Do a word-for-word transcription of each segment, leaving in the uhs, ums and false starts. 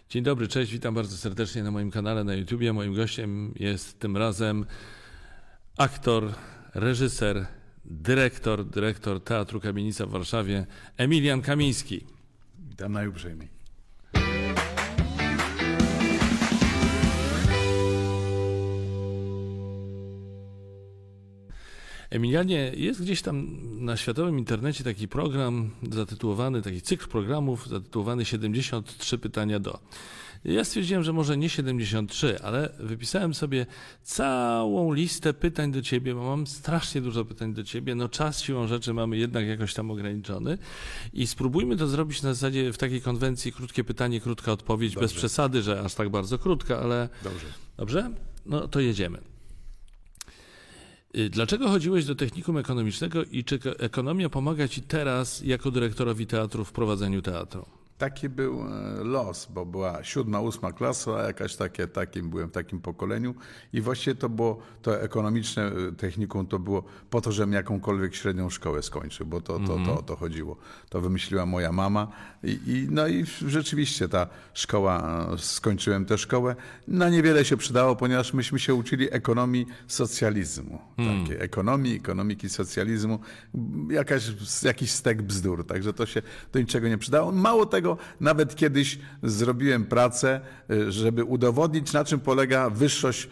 Dzień dobry, cześć, witam bardzo serdecznie na moim kanale na YouTubie. Moim gościem jest tym razem aktor, reżyser, dyrektor, dyrektor Teatru Kamienica w Warszawie, Emilian Kamiński. Witam najuprzejmiej. Emilianie, jest gdzieś tam na światowym internecie taki program zatytułowany, taki cykl programów zatytułowany siedemdziesiąt trzy pytania do. Ja stwierdziłem, że może nie siedemdziesiąt trzy, ale wypisałem sobie całą listę pytań do ciebie, bo mam strasznie dużo pytań do ciebie. No czas siłą rzeczy mamy jednak jakoś tam ograniczony i spróbujmy to zrobić na zasadzie w takiej konwencji krótkie pytanie, krótka odpowiedź, Dobrze. Bez przesady, że aż tak bardzo krótka, ale... Dobrze. Dobrze? No to jedziemy. Dlaczego chodziłeś do technikum ekonomicznego i czy ekonomia pomaga ci teraz jako dyrektorowi teatru w prowadzeniu teatru? Taki był los, bo była siódma, ósma klasa, jakaś takie, takim byłem w takim pokoleniu i właściwie to było, to ekonomiczne technikum to było po to, żebym jakąkolwiek średnią szkołę skończył, bo to, to, to o to chodziło. To wymyśliła moja mama i, i no i rzeczywiście ta szkoła, skończyłem tę szkołę. Na niewiele się przydało, ponieważ myśmy się uczyli ekonomii socjalizmu. Hmm. Takiej ekonomii, ekonomiki socjalizmu, jakaś, jakiś stek bzdur, także to się do niczego nie przydało. Mało tego, nawet kiedyś zrobiłem pracę, żeby udowodnić, na czym polega wyższość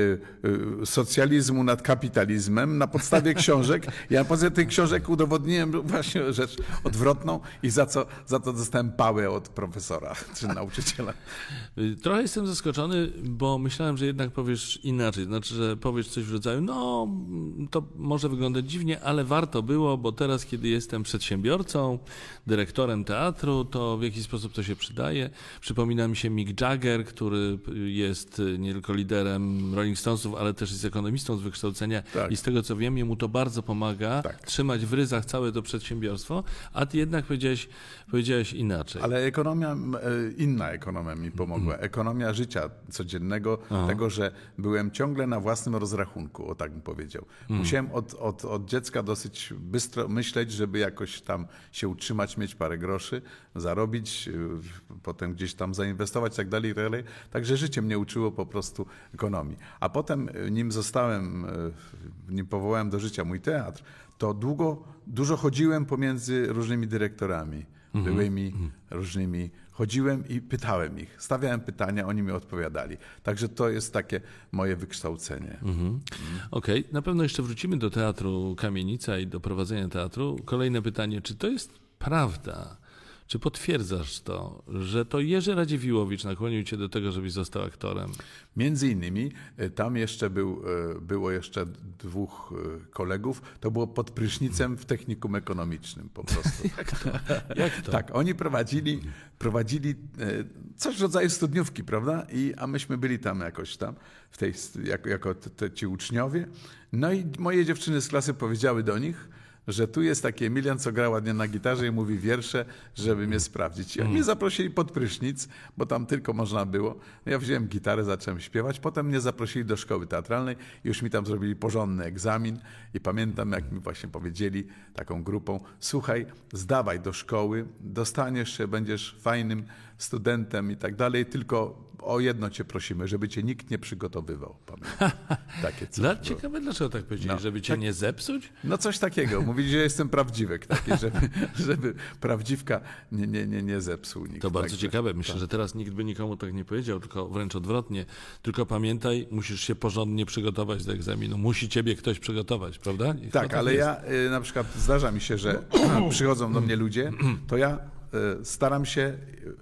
socjalizmu nad kapitalizmem na podstawie książek. Ja na podstawie tych książek udowodniłem właśnie rzecz odwrotną i za co za to dostałem pałę od profesora czy nauczyciela. Trochę jestem zaskoczony, bo myślałem, że jednak powiesz inaczej. Znaczy, że powiesz coś w rodzaju, no to może wyglądać dziwnie, ale warto było, bo teraz, kiedy jestem przedsiębiorcą, dyrektorem teatru, to w jaki sposób to się przydaje. Przypomina mi się Mick Jagger, który jest nie tylko liderem Rolling Stonesów, ale też jest ekonomistą z wykształcenia tak. I z tego co wiem, jemu to bardzo pomaga tak. trzymać w ryzach całe to przedsiębiorstwo, a ty jednak powiedziałeś, powiedziałeś inaczej. Ale ekonomia, inna ekonomia mi pomogła. Ekonomia życia codziennego, Aha. tego, że byłem ciągle na własnym rozrachunku, o tak bym powiedział. Hmm. Musiałem od, od, od dziecka dosyć bystro myśleć, żeby jakoś tam się utrzymać, mieć parę groszy, zarobić, potem gdzieś tam zainwestować i tak dalej, i tak dalej. Także życie mnie uczyło po prostu ekonomii. A potem, nim zostałem, nim powołałem do życia mój teatr, to długo, dużo chodziłem pomiędzy różnymi dyrektorami, byłymi, mm-hmm. różnymi. Chodziłem i pytałem ich, stawiałem pytania, oni mi odpowiadali. Także to jest takie moje wykształcenie. Mm-hmm. Mm. Okej, okay. Na pewno jeszcze wrócimy do Teatru Kamienica i do prowadzenia teatru. Kolejne pytanie, czy to jest prawda? Czy potwierdzasz to, że to Jerzy Radziwiłowicz nakłonił cię do tego, żebyś został aktorem? Między innymi tam jeszcze był, było jeszcze dwóch kolegów, to było pod prysznicem w technikum ekonomicznym po prostu. Jak to? Jak to? Tak, oni prowadzili, prowadzili coś w rodzaju studniówki, prawda? I, a myśmy byli tam jakoś tam, w tej, jako, jako te, ci uczniowie. No i moje dziewczyny z klasy powiedziały do nich, że tu jest taki Emilian, co gra ładnie na gitarze i mówi wiersze, żeby mnie sprawdzić. I oni mnie zaprosili pod prysznic, bo tam tylko można było. No ja wziąłem gitarę, zacząłem śpiewać. Potem mnie zaprosili do szkoły teatralnej i już mi tam zrobili porządny egzamin. I pamiętam, jak mi właśnie powiedzieli taką grupą, słuchaj, zdawaj do szkoły, dostaniesz się, będziesz fajnym studentem i tak dalej, tylko o jedno cię prosimy, żeby cię nikt nie przygotowywał. Pamiętam. Takie coś Dla, ciekawe, dlaczego tak powiedzieli, no, żeby cię tak, nie zepsuć? No coś takiego. Mówili, że jestem prawdziwek, taki, żeby, żeby prawdziwka nie, nie, nie, nie zepsuł nikt. To bardzo tak, ciekawe. Myślę, tak. że teraz nikt by nikomu tak nie powiedział, tylko wręcz odwrotnie. Tylko pamiętaj, musisz się porządnie przygotować do egzaminu. Musi ciebie ktoś przygotować, prawda? I tak, ale jest. ja y, na przykład zdarza mi się, że przychodzą do mnie ludzie, to ja y, staram się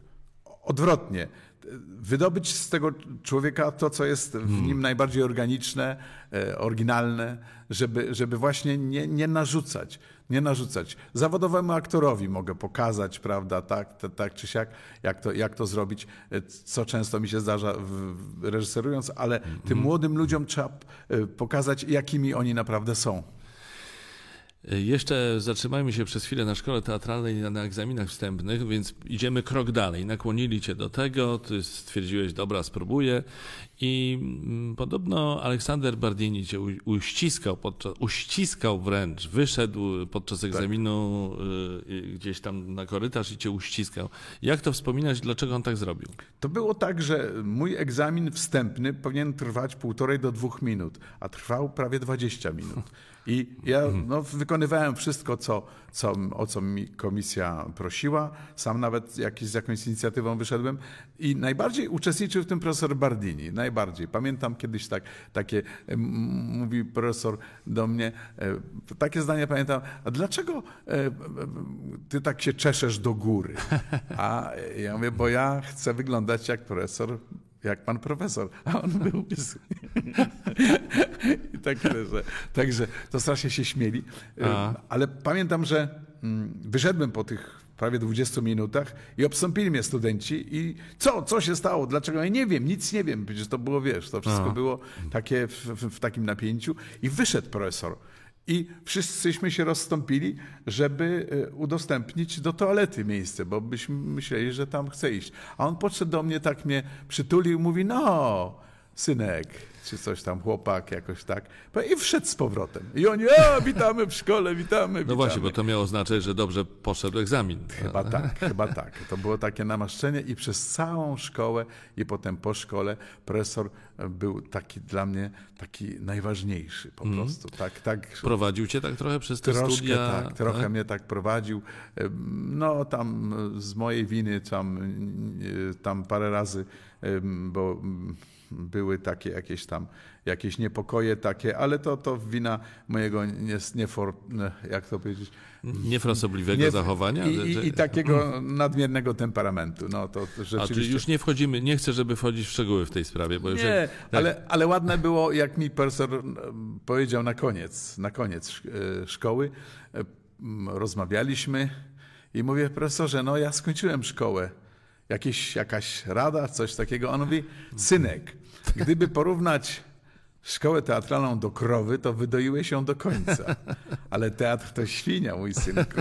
odwrotnie wydobyć z tego człowieka to, co jest w nim najbardziej organiczne, oryginalne, żeby, żeby właśnie nie, nie narzucać, nie narzucać. Zawodowemu aktorowi mogę pokazać, prawda, tak, tak, tak czy siak, jak to, jak to zrobić, co często mi się zdarza w, reżyserując, ale tym młodym ludziom trzeba pokazać, jakimi oni naprawdę są. Jeszcze zatrzymajmy się przez chwilę na szkole teatralnej na, na egzaminach wstępnych, więc idziemy krok dalej. Nakłonili cię do tego, ty stwierdziłeś, dobra, spróbuję i mm, podobno Aleksander Bardini cię u, uściskał, podczas, uściskał wręcz, wyszedł podczas egzaminu tak. y, y, gdzieś tam na korytarz i cię uściskał. Jak to wspominać, dlaczego on tak zrobił? To było tak, że mój egzamin wstępny powinien trwać półtorej do dwóch minut, a trwał prawie dwadzieścia minut. I ja no, wykonywałem wszystko, co, co, o co mi komisja prosiła. Sam nawet jakiś, z jakąś inicjatywą wyszedłem. I najbardziej uczestniczył w tym profesor Bardini. Najbardziej. Pamiętam kiedyś tak, takie, m, mówi profesor do mnie, e, takie zdanie pamiętam, a dlaczego e, ty tak się czeszesz do góry? A ja mówię, bo ja chcę wyglądać jak profesor, jak pan profesor, a on był I tak, że, także to strasznie się śmieli. A. Ale pamiętam, że wyszedłem po tych prawie dwudziestu minutach i obstąpili mnie studenci i co, co się stało, dlaczego? Ja nie wiem, nic nie wiem, przecież to było, wiesz, to wszystko a. było takie w, w, w takim napięciu i wyszedł profesor. I wszyscyśmy się rozstąpili, żeby udostępnić do toalety miejsce, bo byśmy myśleli, że tam chce iść. A on podszedł do mnie, tak mnie przytulił, mówi, no, synek, czy coś tam, chłopak, jakoś tak. I wszedł z powrotem. I oni, o, witamy w szkole, witamy, witamy. No właśnie, bo to miało oznaczać, że dobrze poszedł egzamin. Chyba tak, chyba tak. To było takie namaszczenie i przez całą szkołę i potem po szkole profesor był taki dla mnie, taki najważniejszy po prostu. Mm. Tak, tak. Prowadził cię tak trochę przez te troszkę, studia? Tak, trochę tak? mnie tak prowadził. No tam z mojej winy tam, tam parę razy, bo były takie jakieś tam jakieś niepokoje takie, ale to, to wina mojego nie, niefor, jak to powiedzieć? Niefrasobliwego nie, zachowania? I, i, I takiego nadmiernego temperamentu. No, to rzeczywiście... A czyli już nie wchodzimy, nie chcę, żeby wchodzić w szczegóły w tej sprawie. Bo nie, jeżeli... ale, ale ładne było, jak mi profesor powiedział na koniec, na koniec szkoły, rozmawialiśmy i mówię, profesorze, no ja skończyłem szkołę. Jakieś, jakaś rada, coś takiego. On mówi, synek, gdyby porównać szkołę teatralną do krowy, to wydoiłeś ją do końca. Ale teatr to świnia, mój synku.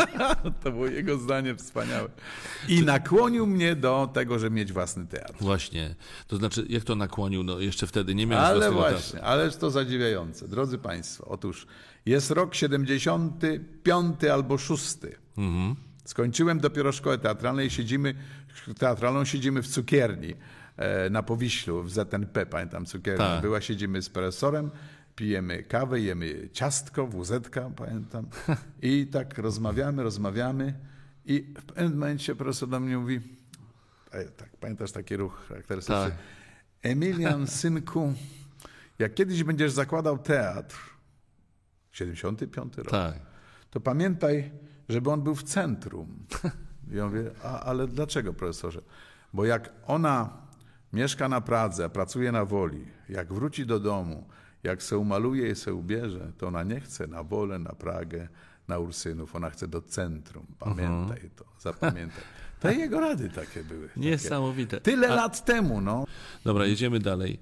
To było jego zdanie wspaniałe. I nakłonił mnie do tego, żeby mieć własny teatr. Właśnie. To znaczy, jak to nakłonił? No jeszcze wtedy nie miałem Ale własnego właśnie, teatru. ależ to zadziwiające. Drodzy państwo, otóż jest rok siedemdziesiąty piąty albo szósty. Mhm. Skończyłem dopiero szkołę teatralną i siedzimy, teatralną siedzimy w cukierni na Powiślu, w Z N P, pamiętam, cukiernia tak. była, siedzimy z profesorem, pijemy kawę, jemy ciastko, wuzetka, pamiętam, i tak rozmawiamy, rozmawiamy i w pewnym momencie profesor do mnie mówi, tak, pamiętasz taki ruch charakterystyczny, tak. Emilian, synku, jak kiedyś będziesz zakładał teatr, siedemdziesiąty piąty rok, tak. to pamiętaj, żeby on był w centrum. I ja mówię, a, ale dlaczego, profesorze? Bo jak ona mieszka na Pradze, pracuje na Woli, jak wróci do domu, jak se umaluje i se ubierze, to ona nie chce na Wolę, na Pragę, na Ursynów, ona chce do centrum. Pamiętaj uh-huh. to, zapamiętaj. To jego rady takie były. Niesamowite. Takie. Tyle a... lat temu, no. Dobra, jedziemy dalej.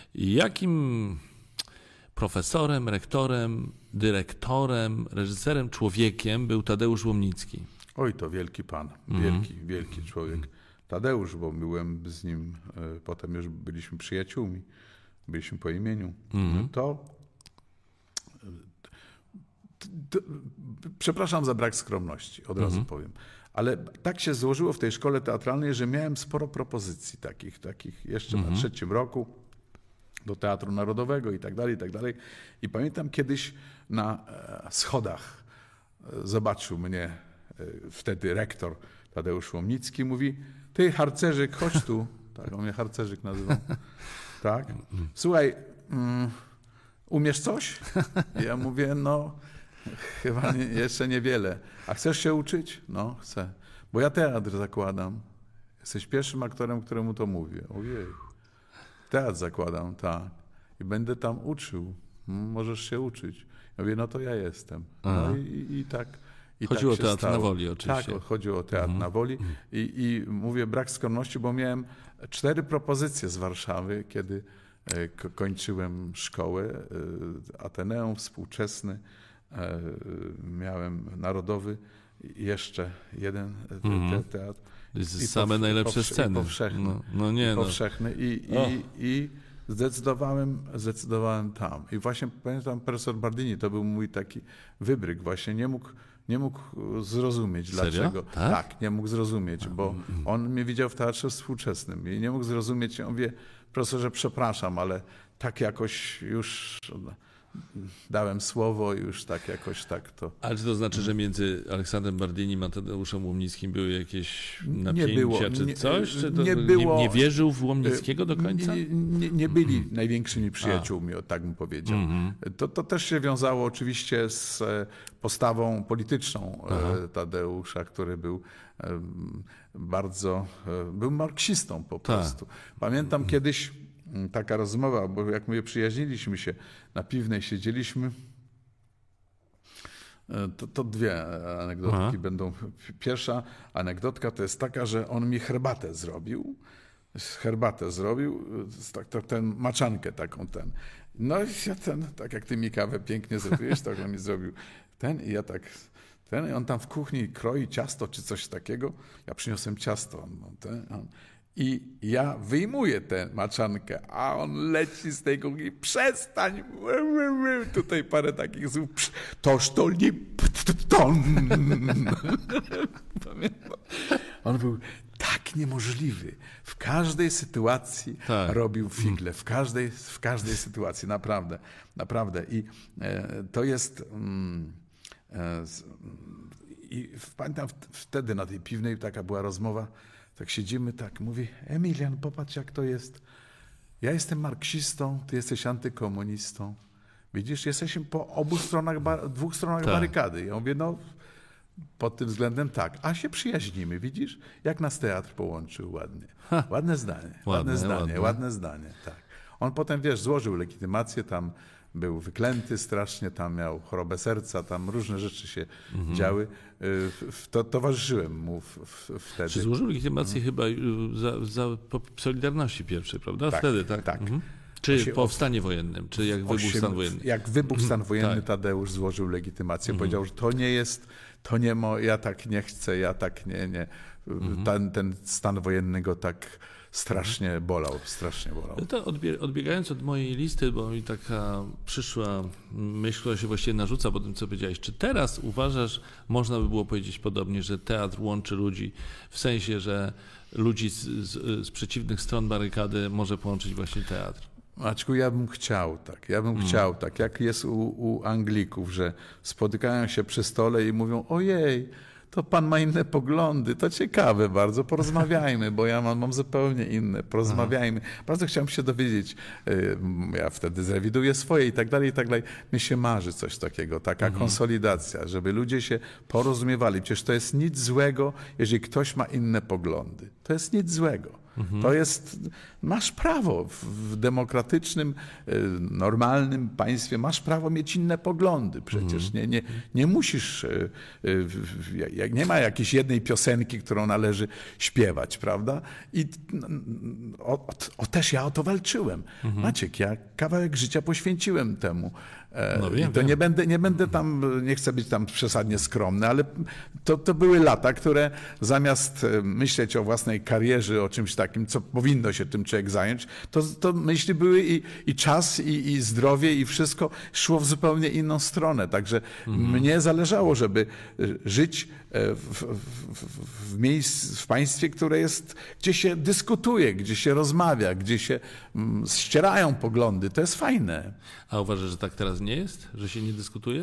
Jakim profesorem, rektorem, dyrektorem, reżyserem, człowiekiem był Tadeusz Łomnicki? Oj, to wielki pan, wielki, mm. wielki człowiek. Tadeusz, bo byłem z nim, potem już byliśmy przyjaciółmi, byliśmy po imieniu. Mm. To, to, to, przepraszam za brak skromności, od razu mm. powiem, ale tak się złożyło w tej szkole teatralnej, że miałem sporo propozycji takich, takich jeszcze mm. na trzecim roku, do Teatru Narodowego i tak dalej, i tak dalej. I pamiętam kiedyś na schodach zobaczył mnie wtedy rektor Tadeusz Łomnicki, mówi, ty harcerzyk, chodź tu. Tak, on mnie harcerzyk nazywał. Tak. Słuchaj, um, umiesz coś? Ja mówię, no chyba nie, jeszcze niewiele. A chcesz się uczyć? No, chcę. Bo ja teatr zakładam. Jesteś pierwszym aktorem, któremu to mówię. Ojej. Teatr zakładam, tak. I będę tam uczył. Możesz się uczyć. Ja mówię, no to ja jestem. No i, i, i tak. I chodziło tak o teatr stało. na Woli oczywiście. Tak, chodziło o teatr mhm. na Woli. I, I mówię, brak skromności, bo miałem cztery propozycje z Warszawy, kiedy k- kończyłem szkołę. Ateneum współczesny, miałem Narodowy, jeszcze jeden mhm. te, teatr. I same pow, najlepsze powsze, sceny. I powszechny. No, no nie, i powszechny. No. I, i, i zdecydowałem, zdecydowałem tam. I właśnie pamiętam, profesor Bardini, to był mój taki wybryk. Właśnie nie mógł, Nie mógł zrozumieć, Serio? dlaczego. Tak? Tak, nie mógł zrozumieć, bo on mnie widział w teatrze współczesnym i nie mógł zrozumieć. Ja mówię, profesorze, przepraszam, ale tak jakoś już dałem słowo i już tak jakoś tak to... Ale czy to znaczy, że między Aleksandrem Bardynim a Tadeuszem Łomnickim były jakieś napięcia, Nie było, czy nie- coś? Czy to nie nie, było- nie wierzył w Łomnickiego do końca? Nie, nie, nie byli największymi przyjaciółmi, o tak bym powiedział. To, to też się wiązało oczywiście z e, postawą polityczną e, Tadeusza, który był e, bardzo, e, był marksistą po prostu. Pamiętam kiedyś m, taka rozmowa, bo jak mówię, przyjaźniliśmy się, na Piwnej siedzieliśmy. E, To, to dwie anegdotki Aha. będą. Pierwsza anegdotka to jest taka, że on mi herbatę zrobił. Herbatę zrobił, tak, tak, ten maczankę taką ten. No i ja ten, tak jak ty mi kawę pięknie zrobiłeś, tak on mi zrobił ten i ja tak ten i on tam w kuchni kroi ciasto czy coś takiego. Ja przyniosłem ciasto. On, on, ten, on. I ja wyjmuję tę maczankę, a on leci z tej kuchni. Przestań! Tutaj parę takich słów. Toż to nie... Pamiętam. On był tak niemożliwy. W każdej sytuacji Tak. robił figle. W każdej, w każdej sytuacji. Naprawdę. Naprawdę. I e, to jest... Mm, e, z, I pamiętam wtedy na tej Piwnej taka była rozmowa. Tak siedzimy, tak, mówi, Emilian, popatrz jak to jest. Ja jestem marksistą, ty jesteś antykomunistą. Widzisz, jesteśmy po obu stronach, bar- dwóch stronach Tak. barykady. Ja mówię, no pod tym względem tak. A się przyjaźnimy, widzisz? Jak nas teatr połączył ładnie. Ładne zdanie, ładne, Ładne, zdanie, ładne. ładne zdanie, tak. On potem, wiesz, złożył legitymację, tam był wyklęty strasznie, tam miał chorobę serca, tam różne rzeczy się Mhm. działy. Y, w- To, towarzyszyłem mu w, w, wtedy. Czy złożył legitymację chyba y, za, za po Solidarności pierwszej, prawda? Tak, Wtedy, tak? tak. Mhm. Czy Się po stanie wojennym, czy jak wybuchł Osiem- stan wojenny? Jak wybuchł stan wojenny, tak. Tadeusz złożył legitymację. Powiedział, że to nie jest, to nie mo, ja tak nie chcę, ja tak nie, nie. Ten, ten stan wojenny go tak strasznie bolał, strasznie bolał. To odbie- odbiegając od mojej listy, bo mi taka przyszła myśl, która się właściwie narzuca po tym, co powiedziałeś. Czy teraz uważasz, można by było powiedzieć podobnie, że teatr łączy ludzi w sensie, że ludzi z, z, z przeciwnych stron barykady może połączyć właśnie teatr? Maćku, ja bym chciał tak, ja bym Mm. chciał tak, jak jest u, u Anglików, że spotykają się przy stole i mówią, ojej, to pan ma inne poglądy, to ciekawe bardzo, porozmawiajmy, bo ja mam, mam zupełnie inne, porozmawiajmy. Bardzo chciałem się dowiedzieć, y, ja wtedy zrewiduję swoje i tak dalej, i tak dalej. Mi się marzy coś takiego, taka konsolidacja, żeby ludzie się porozumiewali. Przecież to jest nic złego, jeżeli ktoś ma inne poglądy. To jest nic złego. To jest, masz prawo w, w demokratycznym, y, normalnym państwie, masz prawo mieć inne poglądy przecież. Nie, nie, nie musisz, y, y, w- jak nie ma jakiejś jednej piosenki, którą należy śpiewać, prawda? I mm, o, o, o też ja o to walczyłem. Maciek, ja kawałek życia poświęciłem temu. E, No I wiem, to wiem. nie będę, nie będę tam, nie chcę być tam przesadnie skromny, ale to, to były lata, które zamiast e, myśleć o własnej karierze, o czymś takim, co powinno się tym człowiek zająć, to, to myśli były i, i czas, i, i zdrowie, i wszystko szło w zupełnie inną stronę. Także mnie zależało, żeby e, żyć e, w, w, w, w, miejsc, w państwie, które jest, gdzie się dyskutuje, gdzie się rozmawia, gdzie się mm, ścierają poglądy. To jest fajne. A uważasz, że tak teraz nie jest? Że się nie dyskutuje?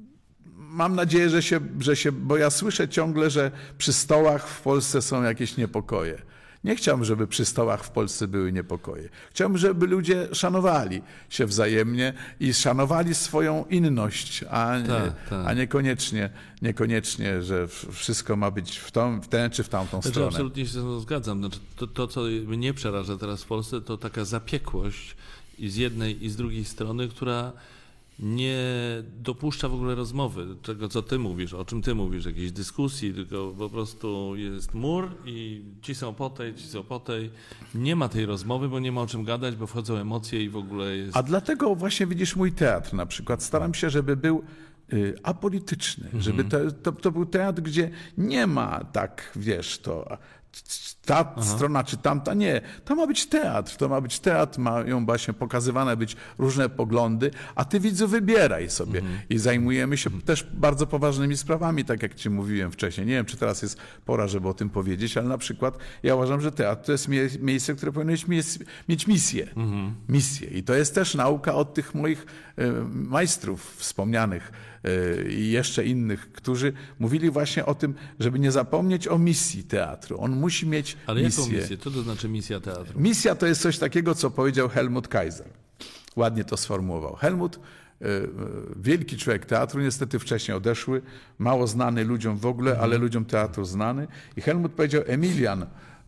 Mam nadzieję, że się, że się, bo ja słyszę ciągle, że przy stołach w Polsce są jakieś niepokoje. Nie chciałbym, żeby przy stołach w Polsce były niepokoje. Chciałbym, żeby ludzie szanowali się wzajemnie i szanowali swoją inność, a, nie, Tak, tak. a niekoniecznie, niekoniecznie, że w- wszystko ma być w, tą, w tę czy w tamtą Znaczy, stronę. absolutnie się z tym zgadzam. Znaczy, to, to, co mnie przeraża teraz w Polsce, to taka zapiekłość i z jednej i z drugiej strony, która nie dopuszcza w ogóle rozmowy, tego co ty mówisz, o czym ty mówisz, jakiejś dyskusji, tylko po prostu jest mur i ci są po tej, ci są po tej. Nie ma tej rozmowy, bo nie ma o czym gadać, bo wchodzą emocje i w ogóle jest... A dlatego właśnie widzisz mój teatr na przykład. Staram się, żeby był y, apolityczny, żeby to, to, to był teatr, gdzie nie ma tak, wiesz, to, ta Aha. strona czy tamta. Nie, to ma być teatr, to ma być teatr, mają właśnie pokazywane być różne poglądy, a ty widzu wybieraj sobie. Mhm. I zajmujemy się mhm. też bardzo poważnymi sprawami, tak jak ci mówiłem wcześniej. Nie wiem, czy teraz jest pora, żeby o tym powiedzieć, ale na przykład ja uważam, że teatr to jest mie miejsce, które powinno mieć, mieć misję. Mhm. Misję. I to jest też nauka od tych moich y, majstrów wspomnianych y, i jeszcze innych, którzy mówili właśnie o tym, żeby nie zapomnieć o misji teatru. On musi mieć Ale misję. jaką misję? Co to znaczy misja teatru? Misja to jest coś takiego, co powiedział Helmut Kaiser. Ładnie to sformułował. Helmut, wielki człowiek teatru, niestety wcześniej odeszły, mało znany ludziom w ogóle, mhm. ale ludziom teatru znany. I Helmut powiedział: Emilian,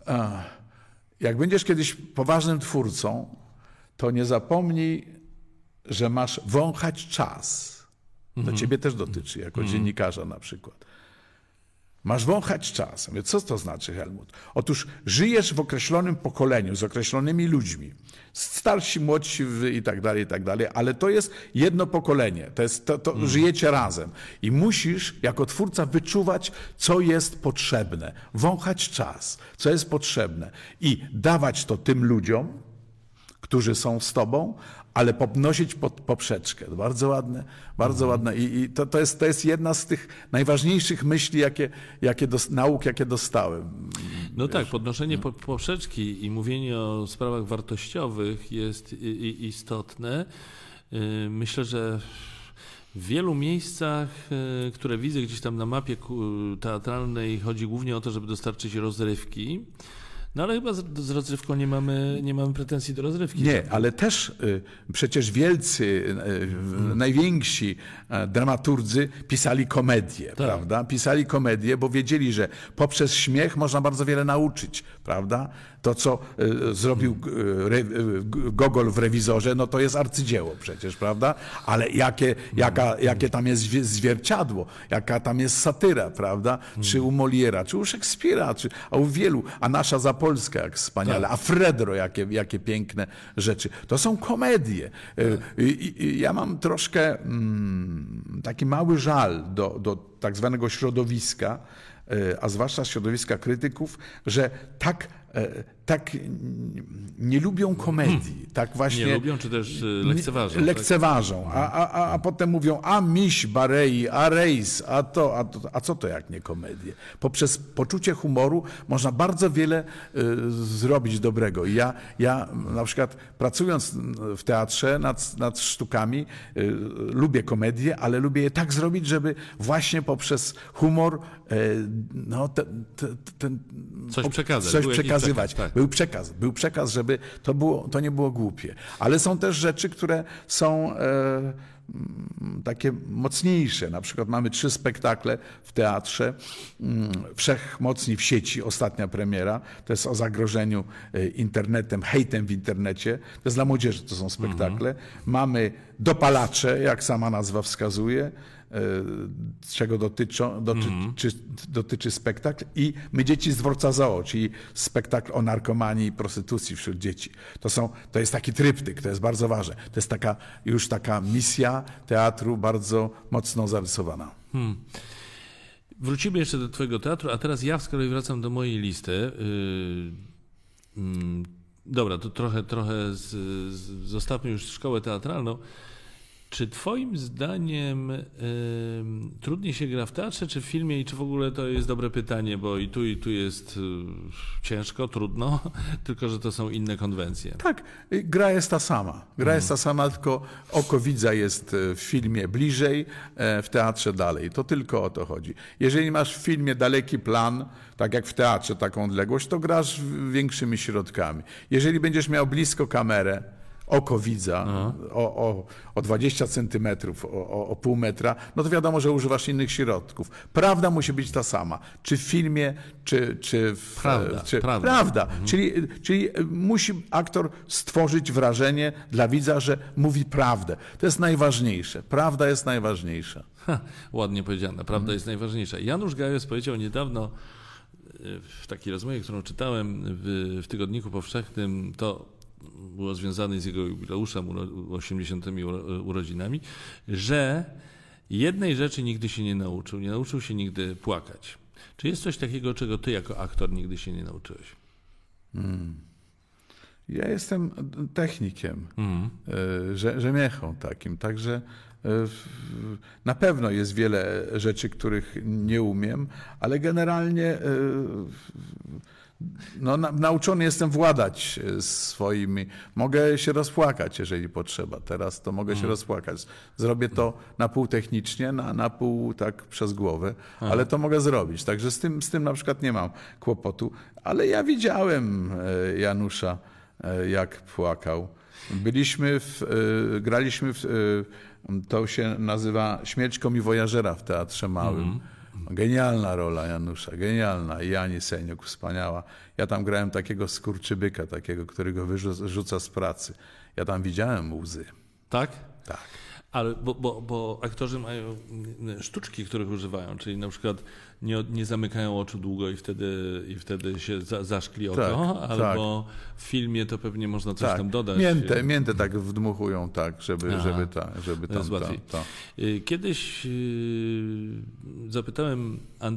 jak będziesz kiedyś poważnym twórcą, to nie zapomnij, że masz wąchać czas. To mhm. ciebie też dotyczy, jako mhm. dziennikarza na przykład. Masz wąchać czas. Mówię, co to znaczy, Helmut? Otóż żyjesz w określonym pokoleniu, z określonymi ludźmi. Starsi, młodsi i tak dalej, i tak dalej, ale to jest jedno pokolenie. To jest, to, to mm. żyjecie razem. I musisz jako twórca wyczuwać, co jest potrzebne. Wąchać czas, co jest potrzebne. I dawać to tym ludziom, którzy są z tobą, ale podnosić pod poprzeczkę. Bardzo ładne, bardzo mhm. ładne. I, i to, to, jest, to jest jedna z tych najważniejszych myśli, jakie, jakie dos, nauk, jakie dostałem. No wiesz? Tak, podnoszenie no. poprzeczki i mówienie o sprawach wartościowych jest i, i istotne. Myślę, że w wielu miejscach, które widzę gdzieś tam na mapie teatralnej, chodzi głównie o to, żeby dostarczyć rozrywki. No ale chyba z, z rozrywką nie mamy, nie mamy pretensji do rozrywki. Nie, ale też y, przecież wielcy, y, hmm. najwięksi y, dramaturdzy pisali komedie, tak. prawda? Pisali komedie, bo wiedzieli, że poprzez śmiech można bardzo wiele nauczyć, prawda? To, co y, zrobił y, re, y, Gogol w Rewizorze, no to jest arcydzieło przecież, prawda? Ale jakie, jaka, jakie tam jest zwierciadło, jaka tam jest satyra, prawda? Czy u Moliera, czy u Szekspira, czy, a u wielu, a nasza Zapolska jak wspaniale, tak. a Fredro, jakie, jakie piękne rzeczy. To są komedie. Tak. I, i, ja mam troszkę mm, taki mały żal do, do tak zwanego środowiska, a zwłaszcza środowiska krytyków, że tak, tak nie lubią komedii. Tak właśnie nie lubią, czy też lekceważą. Lekceważą, tak? a, a, a potem mówią, a miś Barei, a rejs, a to, a to, a co to jak nie komedie? Poprzez poczucie humoru można bardzo wiele y, zrobić dobrego. I ja, ja na przykład pracując w teatrze nad, nad sztukami y, lubię komedię, ale lubię je tak zrobić, żeby właśnie poprzez humor y, no, ten, ten, ten, coś przekazać. Coś przekazywać. Przekaz, tak. Był przekaz, był przekaz, żeby to, było, to nie było głupie. Ale są też rzeczy, które są e, takie mocniejsze. Na przykład mamy trzy spektakle w teatrze. Wszechmocni w sieci, ostatnia premiera. To jest o zagrożeniu internetem, hejtem w internecie. To jest dla młodzieży, to są spektakle. Mhm. Mamy Dopalacze, jak sama nazwa wskazuje, czego dotyczą, dotyczy, mm. czy, dotyczy spektakl, i My dzieci z dworca zoo, czyli spektakl o narkomanii i prostytucji wśród dzieci. To, są, to jest taki tryptyk, to jest bardzo ważne. To jest taka, już taka misja teatru bardzo mocno zarysowana. Hmm. Wrócimy jeszcze do twojego teatru, a teraz ja z kolei wracam do mojej listy. Yy, yy, dobra, to trochę, trochę z, z, zostawmy już szkołę teatralną. Czy twoim zdaniem y, trudniej się gra w teatrze, czy w filmie, i czy w ogóle to jest dobre pytanie, bo i tu, i tu jest y, ciężko, trudno, tylko że to są inne konwencje. Tak, gra jest ta sama. Gra hmm. jest ta sama, tylko oko widza jest w filmie bliżej, w teatrze dalej. To tylko o to chodzi. Jeżeli masz w filmie daleki plan, tak jak w teatrze taką odległość, to grasz większymi środkami. Jeżeli będziesz miał blisko kamerę, oko widza o, o, o dwadzieścia centymetrów, o, o pół metra, no to wiadomo, że używasz innych środków. Prawda musi być ta sama. Czy w filmie, czy, czy w... Prawda. Czy, prawda. prawda. Mhm. Czyli, czyli musi aktor stworzyć wrażenie dla widza, że mówi prawdę. To jest najważniejsze. Prawda jest najważniejsza. Ha, ładnie powiedziane. Prawda mhm. jest najważniejsza. Janusz Gajos powiedział niedawno w takiej rozmowie, którą czytałem w, w Tygodniku Powszechnym, to było związane z jego jubileuszem, osiemdziesiątymi urodzinami, że jednej rzeczy nigdy się nie nauczył. Nie nauczył się nigdy płakać. Czy jest coś takiego, czego ty jako aktor nigdy się nie nauczyłeś? Hmm. Ja jestem technikiem, Mhm. rze- rzemiechą takim, także na pewno jest wiele rzeczy, których nie umiem, ale generalnie no, na, nauczony jestem władać swoimi. Mogę się rozpłakać, jeżeli potrzeba. Teraz to mogę się rozpłakać. Zrobię to na pół technicznie, na, na pół tak przez głowę, Aha. ale to mogę zrobić. Także z tym, z tym na przykład nie mam kłopotu. Ale ja widziałem Janusza, jak płakał. Byliśmy, w, graliśmy, w, to się nazywa Śmierć komiwojażera w Teatrze Małym. Mm. Genialna rola Janusza, genialna. I Ani Seniuk, wspaniała. Ja tam grałem takiego skurczybyka, takiego, którego wyrzuca z pracy. Ja tam widziałem łzy. Tak? Tak. Ale bo, bo, bo aktorzy mają sztuczki, których używają, czyli na przykład nie, nie zamykają oczu długo i wtedy, i wtedy się za, zaszkli oko, tak, albo tak. w filmie to pewnie można coś tak. tam dodać. Miętę, miętę tak wdmuchują, tak, żeby, Aha, żeby, ta, żeby tam... jest łatwiej. Ta, ta. Kiedyś zapytałem,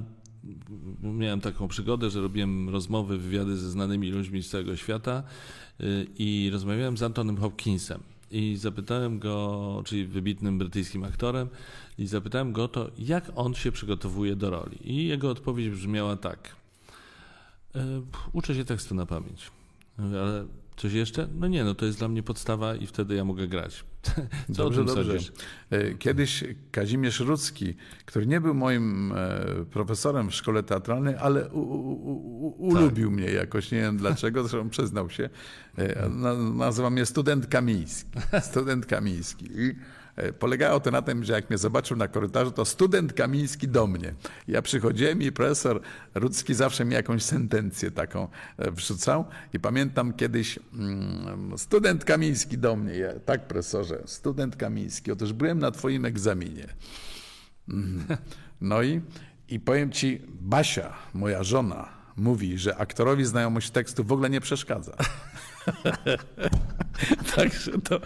miałem taką przygodę, że robiłem rozmowy, wywiady ze znanymi ludźmi z całego świata i rozmawiałem z Antonym Hopkinsem. I zapytałem go, czyli wybitnym brytyjskim aktorem, i zapytałem go o to, jak on się przygotowuje do roli. I jego odpowiedź brzmiała tak. Uczę się tekstu na pamięć. Ale coś jeszcze? No nie, no to jest dla mnie podstawa i wtedy ja mogę grać. Co Dobrze, o tym dobrze. sądzisz? Kiedyś Kazimierz Rudzki, który nie był moim profesorem w szkole teatralnej, ale u, u, u, ulubił tak. mnie jakoś, nie wiem dlaczego, zresztą przyznał się. Nazywa mnie student Kamiński. Student Kamiński. I polegało to na tym, że jak mnie zobaczył na korytarzu, to student Kamiński do mnie. Ja przychodziłem i profesor Rudzki zawsze mi jakąś sentencję taką wrzucał i pamiętam kiedyś mm, student Kamiński do mnie. Ja, tak, profesorze, student Kamiński, otóż byłem na twoim egzaminie. Mm. No i, i powiem ci, Basia, moja żona, mówi, że aktorowi znajomość tekstu w ogóle nie przeszkadza. Także to,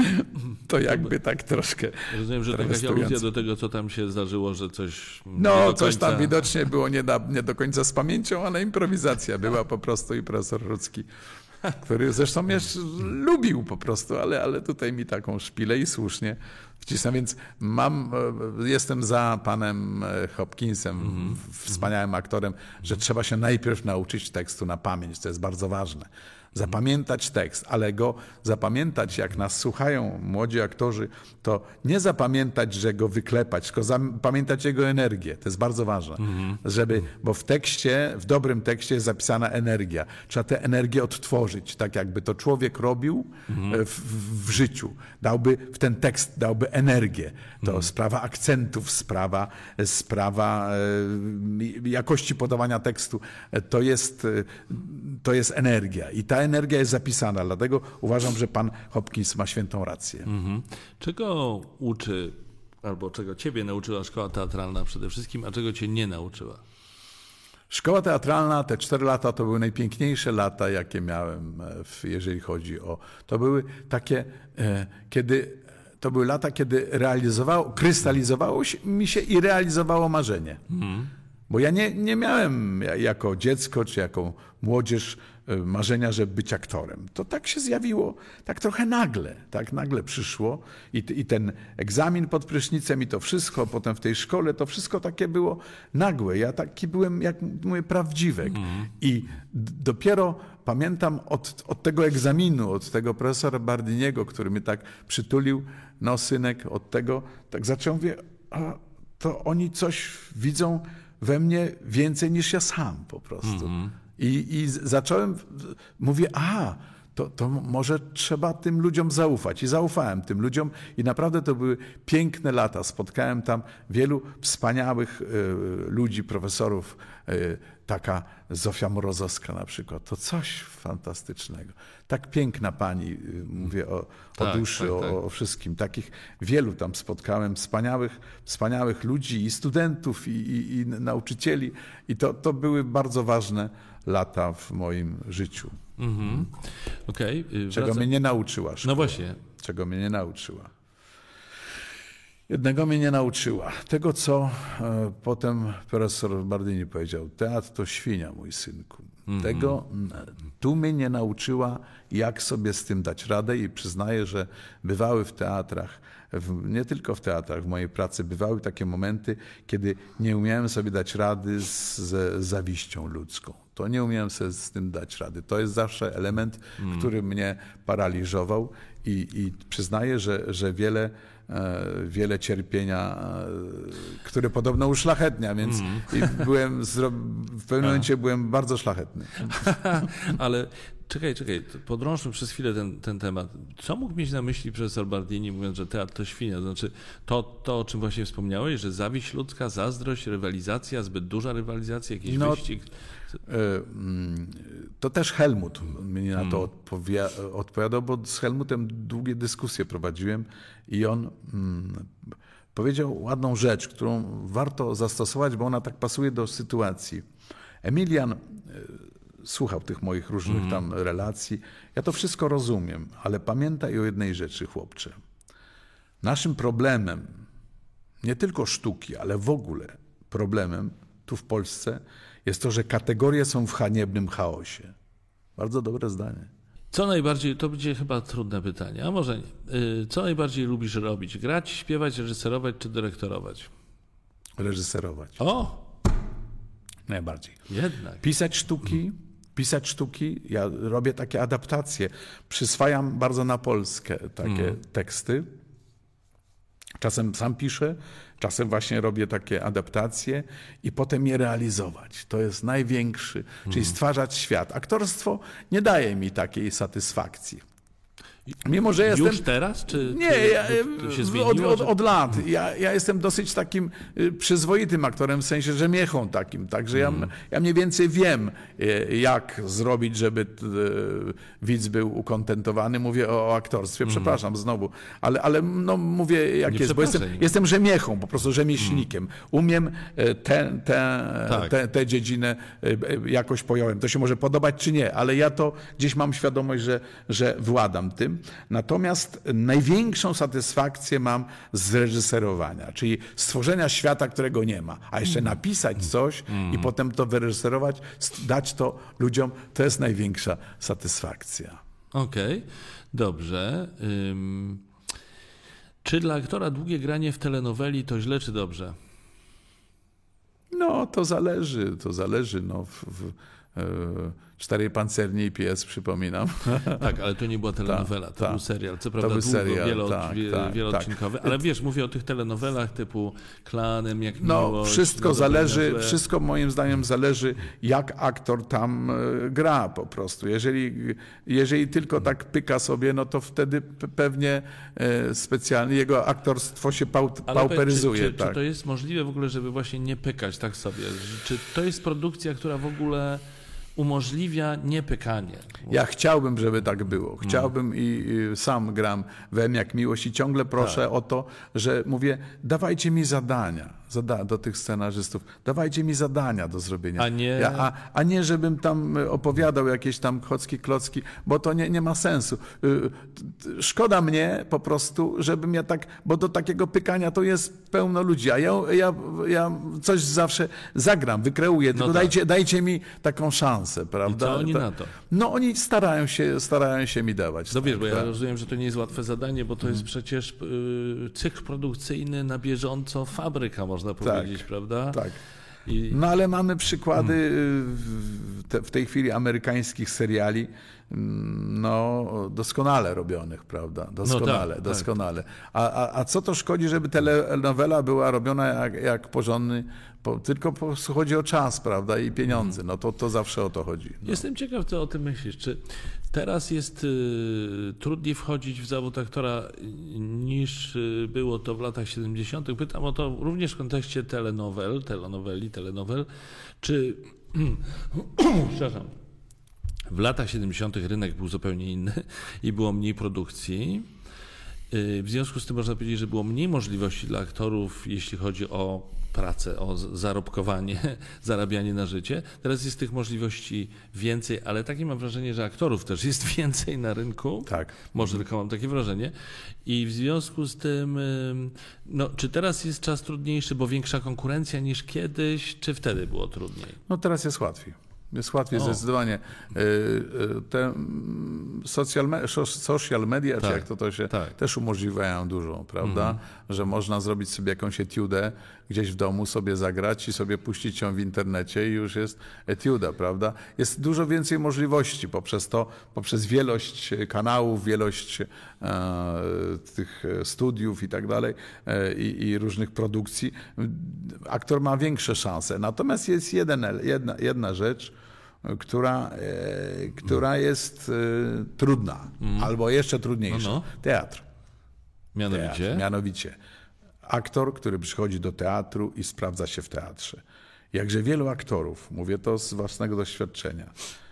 to jakby tak troszkę. Rozumiem, że to jakaś aluzja do tego, co tam się zdarzyło, że coś. No, coś tam widocznie było nie, da, nie do końca z pamięcią, ale improwizacja była po prostu i profesor Rudzki, który zresztą mnie lubił po prostu, ale, ale tutaj mi taką szpilę i słusznie wcisnął. Więc mam, jestem za panem Hopkinsem, mm-hmm. wspaniałym aktorem, że trzeba się najpierw nauczyć tekstu na pamięć, to jest bardzo ważne. Zapamiętać tekst, ale go zapamiętać, jak nas słuchają młodzi aktorzy, to nie zapamiętać, że go wyklepać, tylko zapamiętać jego energię. To jest bardzo ważne, mm-hmm. żeby, bo w tekście, w dobrym tekście jest zapisana energia. Trzeba tę energię odtworzyć, tak jakby to człowiek robił mm-hmm. w, w życiu. Dałby w ten tekst, dałby energię. To mm-hmm. sprawa akcentów, sprawa, sprawa e, jakości podawania tekstu. To jest, to jest energia i ta energia jest zapisana, dlatego uważam, że pan Hopkins ma świętą rację. Mhm. Czego uczy, albo czego ciebie nauczyła szkoła teatralna przede wszystkim, a czego cię nie nauczyła? Szkoła teatralna, te cztery lata to były najpiękniejsze lata, jakie miałem, jeżeli chodzi o... To były takie, kiedy... To były lata, kiedy realizowało, krystalizowało mi się i realizowało marzenie. Mhm. Bo ja nie, nie miałem jako dziecko, czy jako młodzież marzenia, żeby być aktorem. To tak się zjawiło, tak trochę nagle, tak nagle przyszło i, i ten egzamin pod prysznicem i to wszystko, potem w tej szkole, to wszystko takie było nagłe. Ja taki byłem, jak mówię, prawdziwek. Mm. I d- dopiero pamiętam od, od tego egzaminu, od tego profesora Bardiniego, który mnie tak przytulił, no synek, od tego, tak zaczął, mówię, a to oni coś widzą we mnie więcej niż ja sam po prostu. Mm-hmm. I, I zacząłem, mówię, a to, to może trzeba tym ludziom zaufać. I zaufałem tym ludziom i naprawdę to były piękne lata. Spotkałem tam wielu wspaniałych y, ludzi, profesorów, y, taka Zofia Morozowska na przykład. To coś fantastycznego. Tak piękna pani, y, mówię o, tak, o duszy, tak, tak. O, o wszystkim. Takich wielu tam spotkałem, wspaniałych, wspaniałych ludzi i studentów, i, i, i nauczycieli. I to, to były bardzo ważne lata w moim życiu. Mhm. Okay. Czego mnie nie nauczyła szkoła. No właśnie. Czego mnie nie nauczyła. Jednego mnie nie nauczyła. Tego, co e, potem profesor Bardini powiedział. Teatr to świnia, mój synku. Mm-hmm. Tego tu mnie nie nauczyła, jak sobie z tym dać radę i przyznaję, że bywały w teatrach, w, nie tylko w teatrach, w mojej pracy, bywały takie momenty, kiedy nie umiałem sobie dać rady z, z zawiścią ludzką. To nie umiałem sobie z tym dać rady. To jest zawsze element, mm. który mnie paraliżował i, i przyznaję, że, że wiele, wiele cierpienia, które podobno uszlachetnia, więc mm. i byłem, w pewnym A. momencie byłem bardzo szlachetny. Ale czekaj, czekaj, podrążmy przez chwilę ten, ten temat. Co mógł mieć na myśli profesor Bardini, mówiąc, że teatr to świnia? To znaczy to, to, o czym właśnie wspomniałeś, że zawiść ludzka, zazdrość, rywalizacja, zbyt duża rywalizacja, jakiś no, wyścig? To też Helmut mnie na to odpowi- odpowiadał, bo z Helmutem długie dyskusje prowadziłem i on mm, powiedział ładną rzecz, którą warto zastosować, bo ona tak pasuje do sytuacji. Emilian słuchał tych moich różnych mm. tam relacji. Ja to wszystko rozumiem, ale pamiętaj o jednej rzeczy, chłopcze. Naszym problemem, nie tylko sztuki, ale w ogóle problemem tu w Polsce jest to, że kategorie są w haniebnym chaosie. Bardzo dobre zdanie. Co najbardziej, to będzie chyba trudne pytanie, a może nie. Co najbardziej lubisz robić? Grać, śpiewać, reżyserować czy dyrektorować? Reżyserować. O! Najbardziej. Jednak. Pisać sztuki, pisać sztuki. Ja robię takie adaptacje. Przyswajam bardzo na Polskę takie mm. teksty. Czasem sam piszę, czasem właśnie robię takie adaptacje i potem je realizować. To jest największy, mm. czyli stwarzać świat. Aktorstwo nie daje mi takiej satysfakcji. Mimo, że jestem... Już teraz? Czy, nie, czy ja, się zmieniło, od, od, że... od lat. Ja, ja jestem dosyć takim przyzwoitym aktorem, w sensie rzemiechą takim. Także ja, mm. ja mniej więcej wiem, jak zrobić, żeby widz był ukontentowany. Mówię o, o aktorstwie. Mm. Przepraszam znowu. Ale, ale no, mówię, jak nie jest, bo jestem, jestem rzemiechą, po prostu rzemieślnikiem. Mm. Umiem tę te, tak. te, te dziedzinę jakoś pojąłem. To się może podobać, czy nie, ale ja to gdzieś mam świadomość, że, że władam tym. Natomiast największą satysfakcję mam z reżyserowania, czyli stworzenia świata, którego nie ma, a jeszcze napisać coś mm. i potem to wyreżyserować, dać to ludziom, to jest największa satysfakcja. Okej, okay. Dobrze. Ym... Czy dla aktora długie granie w telenoweli to źle czy dobrze? No, to zależy, to zależy. No, w, w, Czterej pancerni i pies, przypominam. Tak, ale to nie była telenowela, to ta, był serial. Co prawda długo, serial, wielo, tak, tak, wieloodcinkowy, tak. Ale wiesz, mówię o tych telenowelach typu Klanem, jak No, miłość, wszystko zależy, wszystko moim zdaniem zależy, jak aktor tam gra po prostu. Jeżeli, jeżeli tylko tak pyka sobie, no to wtedy pewnie specjalnie jego aktorstwo się pau, pauperyzuje. Czy, czy, tak. czy to jest możliwe w ogóle, żeby właśnie nie pykać tak sobie? Czy to jest produkcja, która w ogóle umożliwia niepykanie? Ja chciałbym, żeby tak było. Chciałbym i, i sam gram w M jak miłość i ciągle proszę tak. o to, że mówię, dawajcie mi zadania zada do tych scenarzystów, dawajcie mi zadania do zrobienia. A nie, ja, a, a nie żebym tam opowiadał jakieś tam chocki, klocki, bo to nie, nie ma sensu. Szkoda mnie po prostu, żebym ja tak, bo do takiego pykania to jest pełno ludzi, a ja, ja, ja coś zawsze zagram, wykreuję, tylko no tak. dajcie, dajcie mi taką szansę, prawda? I co oni na to? No oni starają się, starają się mi dawać. No tak, wiesz, bo ja rozumiem, że to nie jest łatwe zadanie, bo to hmm. jest przecież y, cykl produkcyjny na bieżąco, fabryka, można powiedzieć, tak, prawda? Tak. I... No ale mamy przykłady w, te, w tej chwili amerykańskich seriali, no doskonale robionych, prawda? Doskonale, no tak, doskonale. Tak. A, a, a co to szkodzi, żeby telenowela była robiona jak, jak porządny, po, tylko po prostu chodzi o czas, prawda? I pieniądze. No to, to zawsze o to chodzi. No. Jestem ciekaw, co o tym myślisz. Czy teraz jest y, trudniej wchodzić w zawód aktora niż y, było to w latach siedemdziesiątych? Pytam o to również w kontekście telenowel, telenoweli, telenowel. Czy przepraszam. W latach siedemdziesiątych rynek był zupełnie inny i było mniej produkcji. W związku z tym można powiedzieć, że było mniej możliwości dla aktorów, jeśli chodzi o pracę, o zarobkowanie, zarabianie na życie. Teraz jest tych możliwości więcej, ale takie mam wrażenie, że aktorów też jest więcej na rynku. Tak. Może tylko mam takie wrażenie. I w związku z tym, no, czy teraz jest czas trudniejszy, bo większa konkurencja niż kiedyś, czy wtedy było trudniej? No teraz jest łatwiej. Jest łatwiej O. zdecydowanie. Y, y, Te social, me- social media, Tak, czy jak to, to się tak. też umożliwiają dużo, prawda? Mhm. Że można zrobić sobie jakąś etiudę gdzieś w domu, sobie zagrać i sobie puścić ją w internecie i już jest etiuda, prawda? Jest dużo więcej możliwości poprzez to, poprzez wielość kanałów, wielość e, tych studiów i tak dalej e, i, i różnych produkcji. Aktor ma większe szanse. Natomiast jest jeden, jedna, jedna rzecz, która, e, która jest e, trudna, albo jeszcze trudniejsza. No, no. Teatr. Mianowicie? Teatr. Mianowicie. Aktor, który przychodzi do teatru i sprawdza się w teatrze. Jakże wielu aktorów, mówię to z własnego doświadczenia,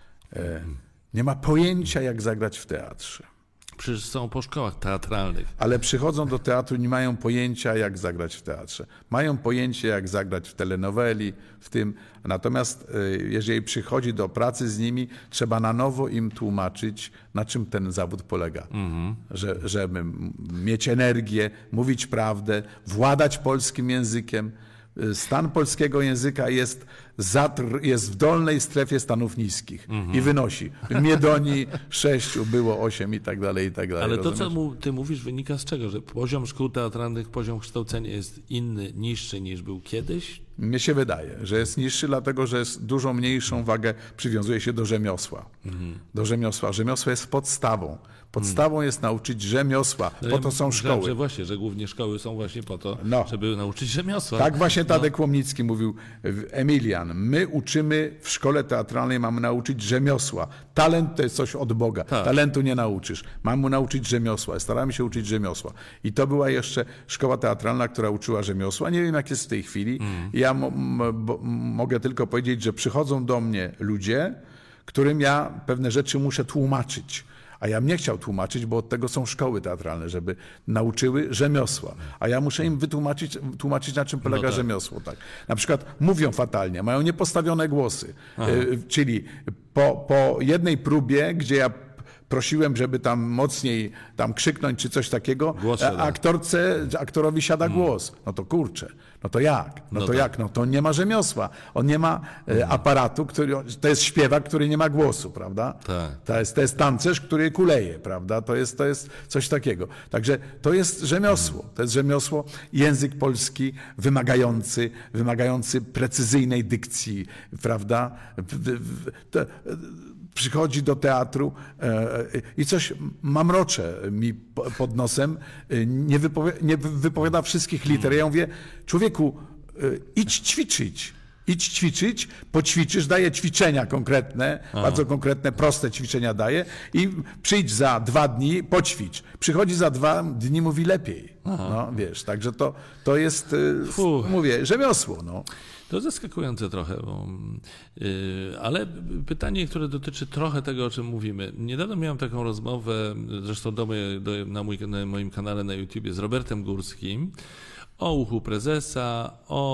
e, nie ma pojęcia, jak zagrać w teatrze. Przecież są po szkołach teatralnych. Ale przychodzą do teatru i nie mają pojęcia, jak zagrać w teatrze. Mają pojęcie, jak zagrać w telenoweli, w tym. Natomiast e, jeżeli przychodzi do pracy z nimi, trzeba na nowo im tłumaczyć, na czym ten zawód polega. Mhm. Że, żeby mieć energię, mówić prawdę, władać polskim językiem. Stan polskiego języka jest, zatr, jest w dolnej strefie stanów niskich i wynosi. W Miedonii sześciu było osiem i tak dalej, i tak dalej. Ale to, rozumiesz? co mu, ty mówisz, wynika z czego? Że poziom szkół teatralnych, poziom kształcenia jest inny, niższy niż był kiedyś? Mnie się wydaje, że jest niższy, dlatego że jest dużo mniejszą wagę przywiązuje się do rzemiosła. Mhm. Do rzemiosła. Rzemiosło jest podstawą. Podstawą jest nauczyć rzemiosła. No Po ja to są myślałem, szkoły. Że właśnie, że głównie szkoły są właśnie po to, No. żeby nauczyć rzemiosła. Tak właśnie Tadek Łomnicki mówił, Emilian, my uczymy w szkole teatralnej, mamy nauczyć rzemiosła. Talent to jest coś od Boga. Tak. Talentu nie nauczysz. Mamy mu nauczyć rzemiosła. Staramy się uczyć rzemiosła. I to była jeszcze szkoła teatralna, która uczyła rzemiosła. Nie wiem, jak jest w tej chwili. Mm. Ja mo- m- bo- mogę tylko powiedzieć, że przychodzą do mnie ludzie, którym ja pewne rzeczy muszę tłumaczyć. A ja bym nie chciał tłumaczyć, bo od tego są szkoły teatralne, żeby nauczyły rzemiosła. A ja muszę im wytłumaczyć, tłumaczyć, na czym polega No tak. rzemiosło. Tak. Na przykład mówią fatalnie, mają niepostawione głosy. Y, czyli po, po jednej próbie, gdzie ja prosiłem, żeby tam mocniej tam krzyknąć czy coś takiego, Głos a siada. aktorce, aktorowi siada głos. No to kurczę, no to jak? No, No to tak. jak? No to nie ma rzemiosła. On nie ma e, aparatu, który, to jest śpiewak, który nie ma głosu, prawda? Tak. To jest, to jest tancerz, który kuleje, prawda? To jest, to jest coś takiego. Także to jest rzemiosło. To jest rzemiosło, język polski wymagający, wymagający precyzyjnej dykcji, prawda? W- w- w- to, przychodzi do teatru e, i coś mamrocze mi po- pod nosem, e, nie, wypowie, nie wy- wypowiada wszystkich liter. Ja mówię, człowieku, e, idź ćwiczyć. Idź ćwiczyć, poćwiczysz, daję ćwiczenia konkretne, Aha. bardzo konkretne, proste ćwiczenia daję i przyjdź za dwa dni, poćwicz. Przychodzi za dwa dni, mówi lepiej. No, wiesz, także to, to jest, e, Fuh. mówię, rzemiosło. No. To zaskakujące trochę, bo, yy, ale pytanie, które dotyczy trochę tego, o czym mówimy. Niedawno miałem taką rozmowę, zresztą do moje, do, na, mój, na moim kanale na YouTubie z Robertem Górskim, o uchu prezesa,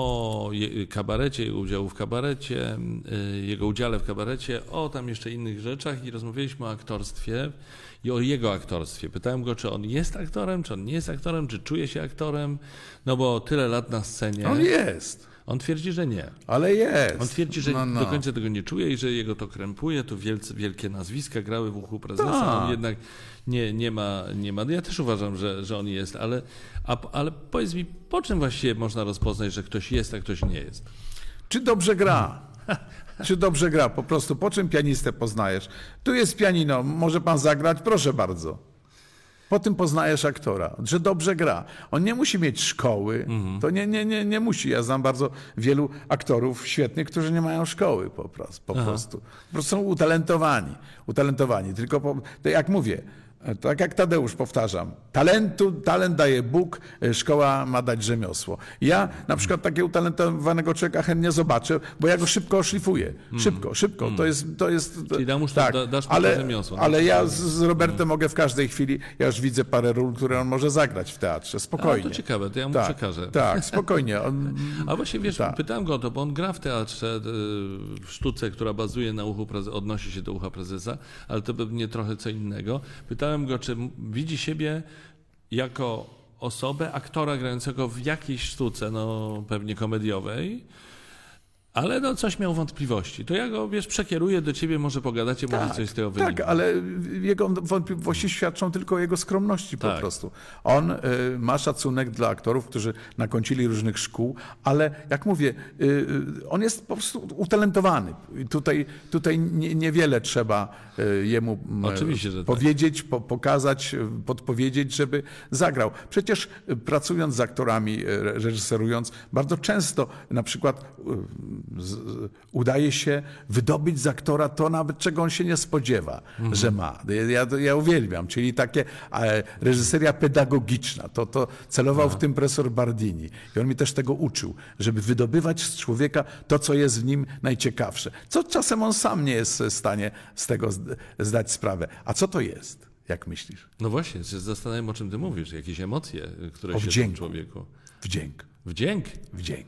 o je, kabarecie, jego udziału w kabarecie, yy, jego udziale w kabarecie, o tam jeszcze innych rzeczach i rozmawialiśmy o aktorstwie i o jego aktorstwie. Pytałem go, czy on jest aktorem, czy on nie jest aktorem, czy czuje się aktorem, no bo tyle lat na scenie. On jest. On twierdzi, że nie. Ale jest. On twierdzi, że No, no. do końca tego nie czuje i że jego to krępuje, tu wielce, wielkie nazwiska grały w uchu prezesa, Tak. on jednak nie, nie, ma, nie ma. Ja też uważam, że, że on jest, ale, a, ale powiedz mi, po czym właściwie można rozpoznać, że ktoś jest, a ktoś nie jest? Czy dobrze gra? Czy dobrze gra? Po prostu po czym pianistę poznajesz? Tu jest pianino, może pan zagrać? Proszę bardzo. Po tym poznajesz aktora, że dobrze gra. On nie musi mieć szkoły, to nie, nie, nie, nie musi. Ja znam bardzo wielu aktorów świetnych, którzy nie mają szkoły po prostu. Po prostu. po prostu są utalentowani. utalentowani. Tylko po, to jak mówię, tak jak Tadeusz powtarzam, talentu, talent daje Bóg, szkoła ma dać rzemiosło. Ja na przykład takiego utalentowanego człowieka chętnie zobaczę, bo ja go szybko oszlifuję. Szybko, szybko. To jest, to jest, Czyli da mu sztuk- tak, da- dasz mu to ale, rzemiosło, no. ale ja z, z Robertem mogę w każdej chwili, ja już widzę parę ról, które on może zagrać w teatrze, spokojnie. A, to ciekawe, to ja mu tak, przekażę. Tak, spokojnie. On, A właśnie wiesz, Tak. pytałem go o to, bo on gra w teatrze, y, w sztuce, która bazuje na uchu, preze- odnosi się do ucha prezesa, ale to pewnie trochę co innego. Pytałem go, czy m- widzi siebie jako osobę, aktora grającego w jakiejś sztuce, no pewnie komediowej, Ale no coś miał wątpliwości. To ja go, wiesz, przekieruję do ciebie, może pogadacie, może Tak, coś z tego wyniknie. tak, ale jego wątpliwości świadczą tylko o jego skromności po Tak. prostu. On y, ma szacunek dla aktorów, którzy nakończyli różnych szkół, ale jak mówię, y, y, on jest po prostu utalentowany. I tutaj tutaj nie, niewiele trzeba y, jemu y, Oczywiście, że tak. powiedzieć, po, pokazać, y, podpowiedzieć, żeby zagrał. Przecież y, pracując z aktorami, y, reżyserując, bardzo często na przykład y, z, udaje się wydobyć z aktora to, nawet czego on się nie spodziewa, mhm. że ma. Ja, ja uwielbiam, czyli takie e, reżyseria pedagogiczna. To, to celował Aha. w tym profesor Bardini. I on mi też tego uczył, żeby wydobywać z człowieka to, co jest w nim najciekawsze. Co czasem on sam nie jest w stanie z tego zdać sprawę. A co to jest, jak myślisz? No właśnie, się zastanawiam, o czym ty mówisz. Jakieś emocje, które o się wdzięku. w człowieku... Wdzięk. Wdzięk? Wdzięk.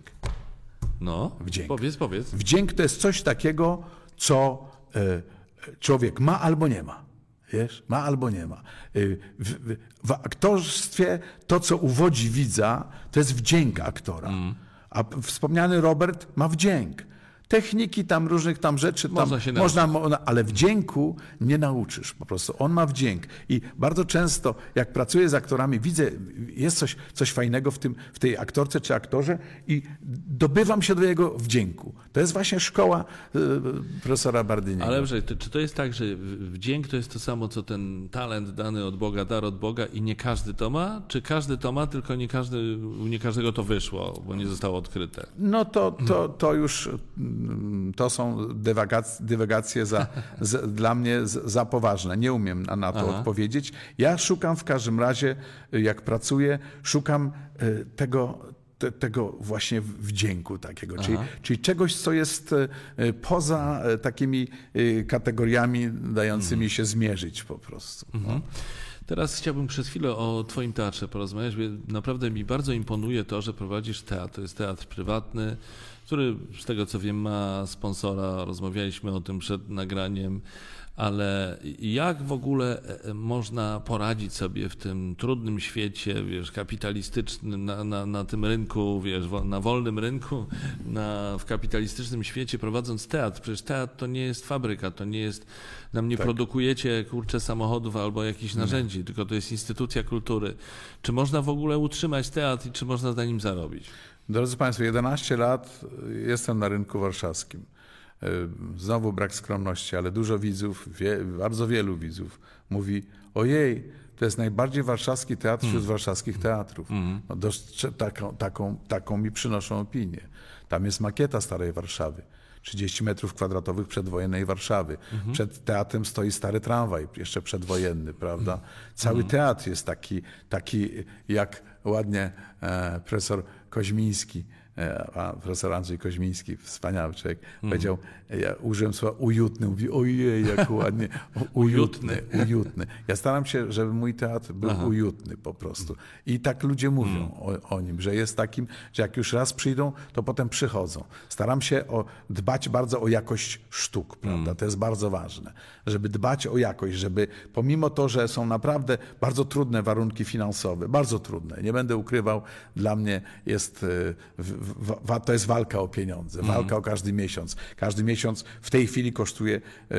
No, Wdzięk. powiedz, powiedz. Wdzięk to jest coś takiego, co e, człowiek ma albo nie ma. Wiesz? Ma albo nie ma. W, w, w aktorstwie to, co uwodzi widza, to jest wdzięk aktora. Mm. A wspomniany Robert ma wdzięk. Techniki tam, różnych tam rzeczy, tam można się można, ale wdzięku nie nauczysz po prostu. On ma wdzięk. I bardzo często, jak pracuję z aktorami, widzę, jest coś, coś fajnego w, tym, w tej aktorce czy aktorze i dobywam się do jego wdzięku. To jest właśnie szkoła y, profesora Bardiniego. Ale dobrze, czy to jest tak, że wdzięk to jest to samo, co ten talent dany od Boga, dar od Boga i nie każdy to ma? Czy każdy to ma, tylko nie, każdy, nie każdego to wyszło, bo nie zostało odkryte? No to, to, to już... To są dywagacje, dywagacje za, za, dla mnie za poważne. Nie umiem na, na to Aha. odpowiedzieć. Ja szukam w każdym razie, jak pracuję, szukam tego, te, tego właśnie wdzięku takiego, czyli, czyli czegoś, co jest poza takimi kategoriami dającymi mhm. się zmierzyć po prostu. Mhm. No. Teraz chciałbym przez chwilę o twoim teatrze porozmawiać. Naprawdę mi bardzo imponuje to, że prowadzisz teatr. To jest teatr prywatny, który z tego co wiem ma sponsora. Rozmawialiśmy o tym przed nagraniem. Ale jak w ogóle można poradzić sobie w tym trudnym świecie, wiesz, kapitalistycznym, na, na, na tym rynku, wiesz, na wolnym rynku, na, w kapitalistycznym świecie prowadząc teatr? Przecież teatr to nie jest fabryka, to nie jest, nam nie tak. produkujecie, kurczę, samochodów albo jakichś narzędzi, nie. tylko to jest instytucja kultury. Czy można w ogóle utrzymać teatr i czy można na nim zarobić? Drodzy Państwo, jedenaście lat jestem na rynku warszawskim. Znowu brak skromności, ale dużo widzów, wie, bardzo wielu widzów mówi: ojej, to jest najbardziej warszawski teatr wśród mm. warszawskich teatrów. Mm. No dość, taką, taką, taką mi przynoszą opinię. Tam jest makieta Starej Warszawy. trzydzieści metrów kwadratowych przedwojennej Warszawy. Mm-hmm. Przed teatrem stoi stary tramwaj, jeszcze przedwojenny, prawda? Mm. Cały mm. teatr jest taki, taki jak ładnie e, profesor Koźmiński, a profesor Andrzej Koźmiński, wspaniały człowiek, mm. powiedział, ja użyłem słowa ujutny, mówi ojej, jak ładnie, ujutny, ujutny. Ja staram się, żeby mój teatr był Aha. ujutny po prostu. I tak ludzie mówią mm. o, o nim, że jest takim, że jak już raz przyjdą, to potem przychodzą. Staram się o, dbać bardzo o jakość sztuk, prawda? Mm. To jest bardzo ważne, żeby dbać o jakość, żeby pomimo to, że są naprawdę bardzo trudne warunki finansowe, bardzo trudne, nie będę ukrywał, dla mnie jest w, W, to jest walka o pieniądze, walka mm. o każdy miesiąc. Każdy miesiąc w tej chwili kosztuje,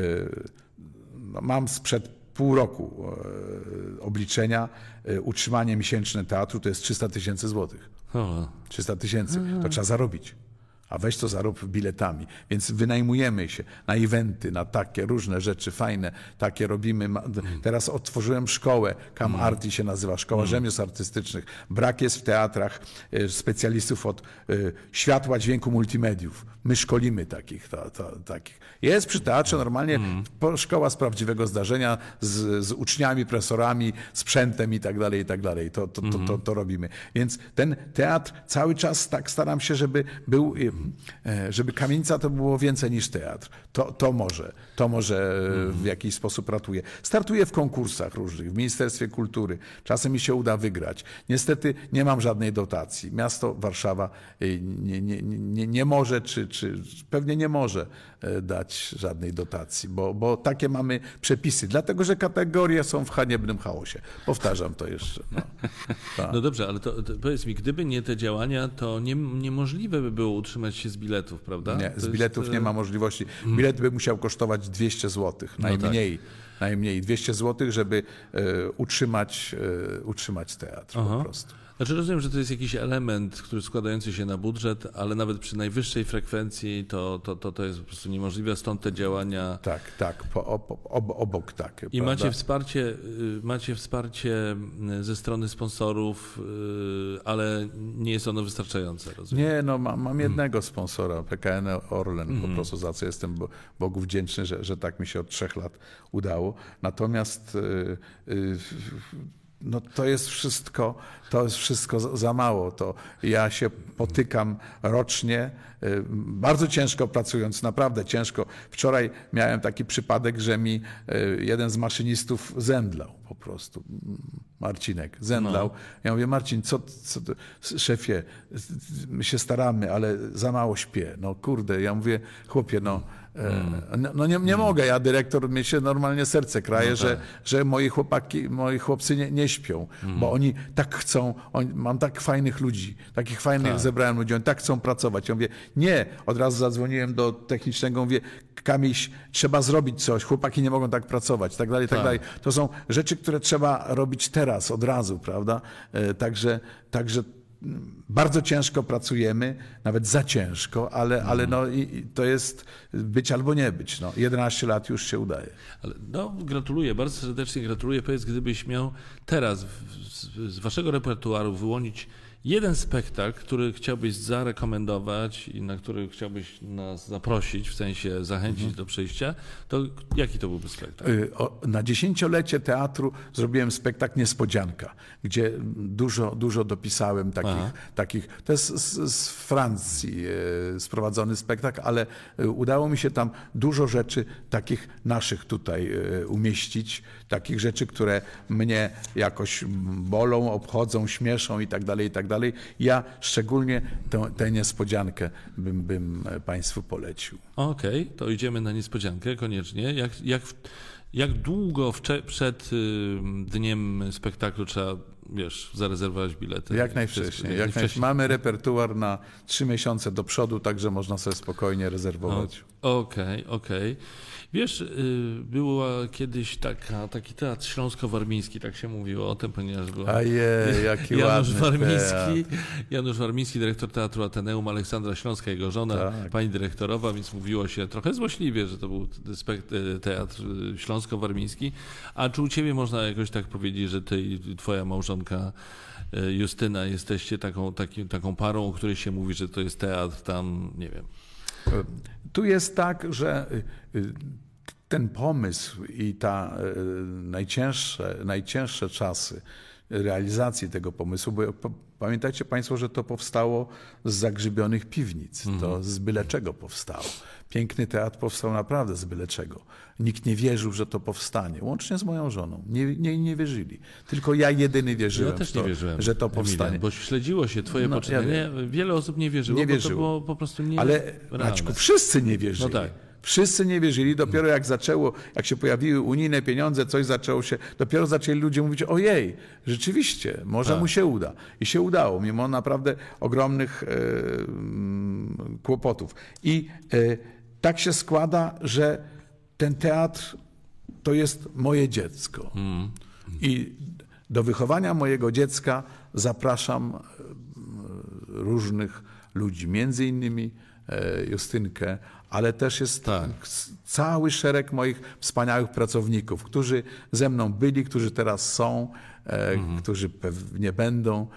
no mam sprzed pół roku obliczenia, utrzymanie miesięczne teatru to jest trzysta tysięcy złotych. trzysta tysięcy, to trzeba zarobić. A weź to zarób biletami. Więc wynajmujemy się na eventy, na takie różne rzeczy fajne, takie robimy. Teraz otworzyłem szkołę, Cam mm. Arti się nazywa, Szkoła mm. Rzemiosł Artystycznych. Brak jest w teatrach specjalistów od światła, dźwięku, multimediów. My szkolimy takich. Ta, ta, takich. Jest przy teatrze normalnie mm. szkoła z prawdziwego zdarzenia, z, z uczniami, profesorami, sprzętem i tak dalej, i tak dalej. To, to, to, to, to robimy. Więc ten teatr cały czas tak staram się, żeby był, żeby kamienica to było więcej niż teatr. To, to może, to może w jakiś sposób ratuje. Startuję w konkursach różnych, w Ministerstwie Kultury. Czasem mi się uda wygrać. Niestety nie mam żadnej dotacji. Miasto Warszawa nie, nie, nie, nie może, czy, czy pewnie nie może dać żadnej dotacji, bo, bo takie mamy przepisy. Dlatego, że kategorie są w haniebnym chaosie. Powtarzam to jeszcze. No, no dobrze, ale to, to powiedz mi, gdyby nie te działania, to nie, niemożliwe by było utrzymać utrzymać się z biletów, prawda? Nie, To z biletów jest... nie ma możliwości. Bilet by musiał kosztować dwieście złotych, najmniej. No tak. Najmniej dwieście złotych, żeby e, utrzymać, e, utrzymać teatr Aha. po prostu. Znaczy rozumiem, że to jest jakiś element, który składający się na budżet, ale nawet przy najwyższej frekwencji to, to, to, to jest po prostu niemożliwe, stąd te działania. Tak, tak, po, ob, obok tak. I prawda? macie wsparcie, macie wsparcie ze strony sponsorów, ale nie jest ono wystarczające, rozumiem? Nie, no mam, mam jednego sponsora, P K N Orlen, mm. po prostu za co jestem Bogu wdzięczny, że, że tak mi się od trzech lat udało. Natomiast yy, yy, no to jest wszystko, to jest wszystko za mało. To ja się potykam rocznie, bardzo ciężko pracując, naprawdę ciężko. Wczoraj miałem taki przypadek, że mi jeden z maszynistów zemdlał po prostu. Marcinek zemdlał. No. Ja mówię, Marcin, co, co to? Szefie, my się staramy, ale za mało śpię. No kurde, ja mówię, chłopie, no Mm. No nie, nie mogę, ja dyrektor, mnie się normalnie serce kraje, no tak. że, że moi chłopaki, moi chłopcy nie, nie śpią, mm. bo oni tak chcą, on, mam tak fajnych ludzi, takich fajnych tak. zebrałem ludzi, oni tak chcą pracować. Ja mówię, nie, od razu zadzwoniłem do technicznego, mówię, Kamiś, trzeba zrobić coś, chłopaki nie mogą tak pracować, tak dalej, tak, tak dalej. To są rzeczy, które trzeba robić teraz, od razu, prawda? Także, także bardzo ciężko pracujemy, nawet za ciężko, ale, mm. ale no, i, i to jest być albo nie być. No, jedenaście lat już się udaje. Ale no, gratuluję, bardzo serdecznie gratuluję. Powiedz, gdybyś miał teraz z, z waszego repertuaru wyłonić jeden spektakl, który chciałbyś zarekomendować i na który chciałbyś nas zaprosić, w sensie zachęcić mhm. do przyjścia, to jaki to byłby spektakl? Na dziesięciolecie teatru zrobiłem spektakl Niespodzianka, gdzie dużo, dużo dopisałem takich, takich to jest z, z Francji sprowadzony spektakl, ale udało mi się tam dużo rzeczy takich naszych tutaj umieścić, takich rzeczy, które mnie jakoś bolą, obchodzą, śmieszą i tak dalej, i tak dalej. Ja szczególnie tę, tę niespodziankę bym, bym Państwu polecił. Okej, okay, to idziemy na niespodziankę koniecznie. Jak, jak, jak długo wcze, przed y, dniem spektaklu trzeba, wiesz, zarezerwować bilety? Jak najwcześniej. Jak najwcześniej. Mamy repertuar na trzy miesiące do przodu, także można sobie spokojnie rezerwować. Okej, okay, okej. Okay. Wiesz, była kiedyś taka, taki teatr śląsko-warmiński, tak się mówiło o tym, ponieważ był Ajej, jaki Janusz ładny Warmiński, Janusz Warmiński, dyrektor Teatru Ateneum, Aleksandra Śląska, jego żona, tak. pani dyrektorowa, więc mówiło się trochę złośliwie, że to był teatr śląsko-warmiński. A czy u ciebie można jakoś tak powiedzieć, że ty i twoja małżonka Justyna jesteście taką, taki, taką parą, o której się mówi, że to jest teatr tam, nie wiem. Tu jest tak, że ten pomysł i ta najcięższe, najcięższe czasy realizacji tego pomysłu, bo pamiętajcie Państwo, że to powstało z zagrzybionych piwnic, mhm. to z byle czego powstało. Piękny teatr powstał naprawdę z byle czego. Nikt nie wierzył, że to powstanie, łącznie z moją żoną. Nie, nie, nie wierzyli. Tylko ja jedyny wierzyłem, ja też to, nie wierzyłem, że to powstanie. Emilian, bo śledziło się twoje no, poczynienie. Ja wiele osób nie wierzyło, nie bo wierzyło. to było po prostu nie. Ale Maćku, wszyscy nie wierzyli. No tak. Wszyscy nie wierzyli, dopiero jak zaczęło, jak się pojawiły unijne pieniądze, coś zaczęło się, dopiero zaczęli ludzie mówić, ojej, rzeczywiście, może tak. mu się uda. I się udało, mimo naprawdę ogromnych e, kłopotów. I e, tak się składa, że ten teatr to jest moje dziecko. Mm. I do wychowania mojego dziecka zapraszam różnych ludzi, między innymi Justynkę, ale też jest tak. cały szereg moich wspaniałych pracowników, którzy ze mną byli, którzy teraz są, mhm. którzy pewnie będą.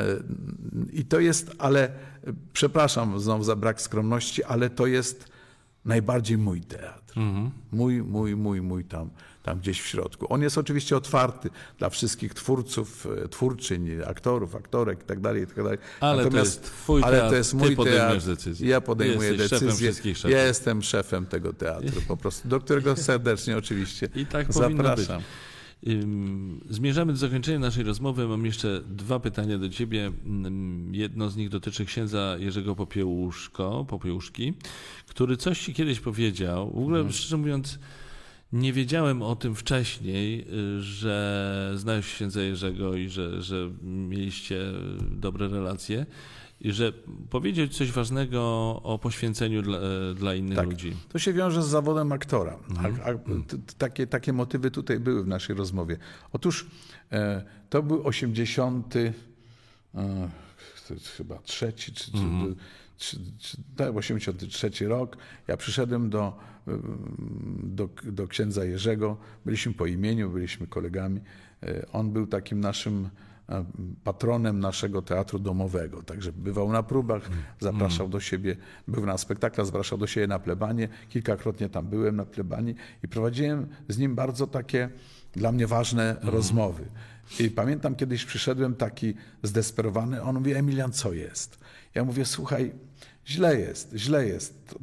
I to jest, ale przepraszam znowu za brak skromności, ale to jest najbardziej mój teatr. Mhm. Mój, mój, mój, mój tam, tam gdzieś w środku. On jest oczywiście otwarty dla wszystkich twórców, twórczyń, aktorów, aktorek i tak dalej, i tak dalej. Ale Natomiast, to jest twój ale teatr, to jest mój ty teatr. Decyzję. Ja podejmuję Jesteś decyzję. Szefem ja jestem szefem tego teatru po prostu, do którego serdecznie oczywiście I tak zapraszam. Być. Zmierzamy do zakończenia naszej rozmowy. Mam jeszcze dwa pytania do ciebie. Jedno z nich dotyczy księdza Jerzego Popiełuszko, Popiełuszki, który coś ci kiedyś powiedział. W ogóle, hmm. szczerze mówiąc, nie wiedziałem o tym wcześniej, że znałeś księdza Jerzego i że, że mieliście dobre relacje. i że powiedzieć coś ważnego o poświęceniu dla, dla innych Tak. ludzi. To się wiąże z zawodem aktora. Mhm. A, a, t, takie, takie motywy tutaj były w naszej rozmowie. Otóż e, to był osiemdziesiąty e, chyba trzeci, czy, Mhm. czy, czy, tak, osiemdziesiąty trzeci rok. Ja przyszedłem do, do, do księdza Jerzego. Byliśmy po imieniu, byliśmy kolegami. E, on był takim naszym patronem naszego teatru domowego. Także bywał na próbach, zapraszał do siebie, był na spektaklach, zapraszał do siebie na plebanie. Kilkakrotnie tam byłem na plebanii i prowadziłem z nim bardzo takie dla mnie ważne rozmowy. I pamiętam, kiedyś przyszedłem taki zdesperowany, on mówi: Emilian, co jest? Ja mówię: słuchaj, źle jest, źle jest.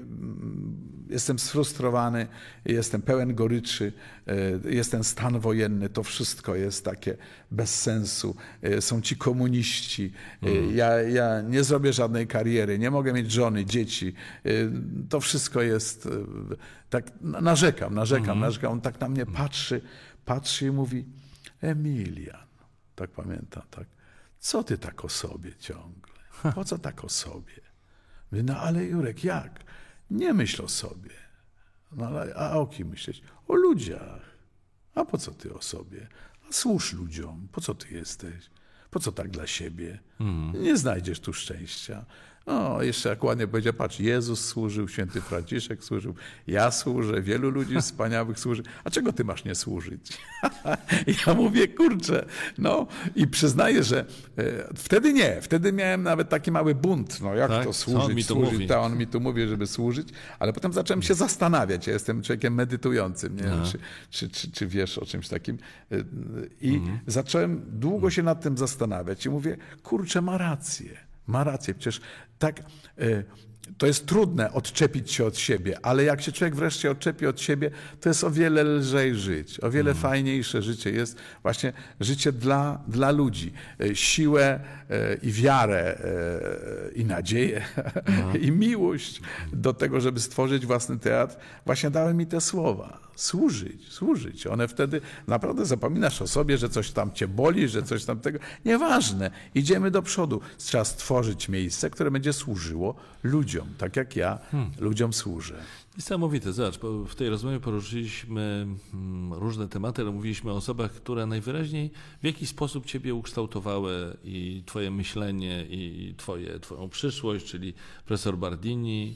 Jestem sfrustrowany, jestem pełen goryczy, jest ten stan wojenny, to wszystko jest takie bez sensu. Są ci komuniści, mm. ja, ja nie zrobię żadnej kariery, nie mogę mieć żony, dzieci. To wszystko jest, tak narzekam, narzekam, mm. narzekam. On tak na mnie patrzy, patrzy i mówi: Emilian, tak pamiętam, tak, co ty tak o sobie ciągle? Po co tak o sobie? Mówię: no ale Jurek, jak? Nie myśl o sobie. No ale a o kim myśleć? O ludziach. A po co ty o sobie? A służ ludziom. Po co ty jesteś? Po co tak dla siebie? Mm. Nie znajdziesz tu szczęścia. O, jeszcze jak ładnie powiedział, patrz, Jezus służył, święty Franciszek służył, ja służę, wielu ludzi wspaniałych służy. A czego ty masz nie służyć? Ja mówię: kurczę, no i przyznaję, że e, wtedy nie, wtedy miałem nawet taki mały bunt, no jak tak? to służyć, on mi to służyć, mówi. Ta, on mi tu mówi, żeby służyć, ale potem zacząłem się zastanawiać, ja jestem człowiekiem medytującym, nie wiem, czy, czy, czy, czy wiesz o czymś takim i mhm. zacząłem długo się nad tym zastanawiać i mówię: kurczę, ma rację. Ma rację, przecież tak, y, to jest trudne odczepić się od siebie, ale jak się człowiek wreszcie odczepi od siebie, to jest o wiele lżej żyć, o wiele mm. fajniejsze życie jest właśnie życie dla, dla ludzi. Y, siłę y, i wiarę y, i nadzieję no. i miłość do tego, żeby stworzyć własny teatr, właśnie dały mi te słowa. Służyć, służyć. One wtedy naprawdę zapominasz o sobie, że coś tam cię boli, że coś tam tego. Nieważne. Idziemy do przodu. Trzeba stworzyć miejsce, które będzie służyło ludziom, tak jak ja hmm. ludziom służę. Niesamowite. Zobacz, bo w tej rozmowie poruszyliśmy różne tematy, ale mówiliśmy o osobach, które najwyraźniej w jakiś sposób ciebie ukształtowały i twoje myślenie, i twoje, twoją przyszłość, czyli profesor Bardini,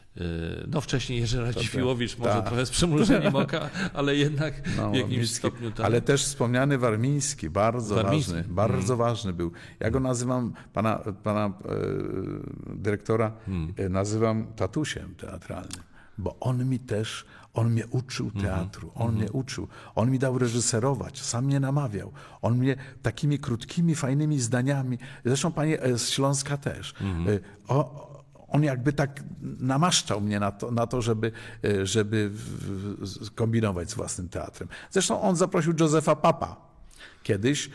no wcześniej Jerzy Radziwiłowicz, może tak. trochę z przymrużeniem oka, ale jednak no, w jakimś Warmiński, stopniu tak. Ale też wspomniany Warmiński, bardzo Warmiński. ważny, bardzo hmm. ważny był. Ja go nazywam, pana, pana e, dyrektora, hmm. e, nazywam tatusiem teatralnym, bo on mi też, on mnie uczył teatru, on mm-hmm. mnie uczył, on mi dał reżyserować, sam mnie namawiał, on mnie takimi krótkimi, fajnymi zdaniami, zresztą pani z Śląska też, mm-hmm. e, o, on jakby tak namaszczał mnie na to, na to żeby, żeby kombinować z własnym teatrem. Zresztą on zaprosił Józefa Papa. Kiedyś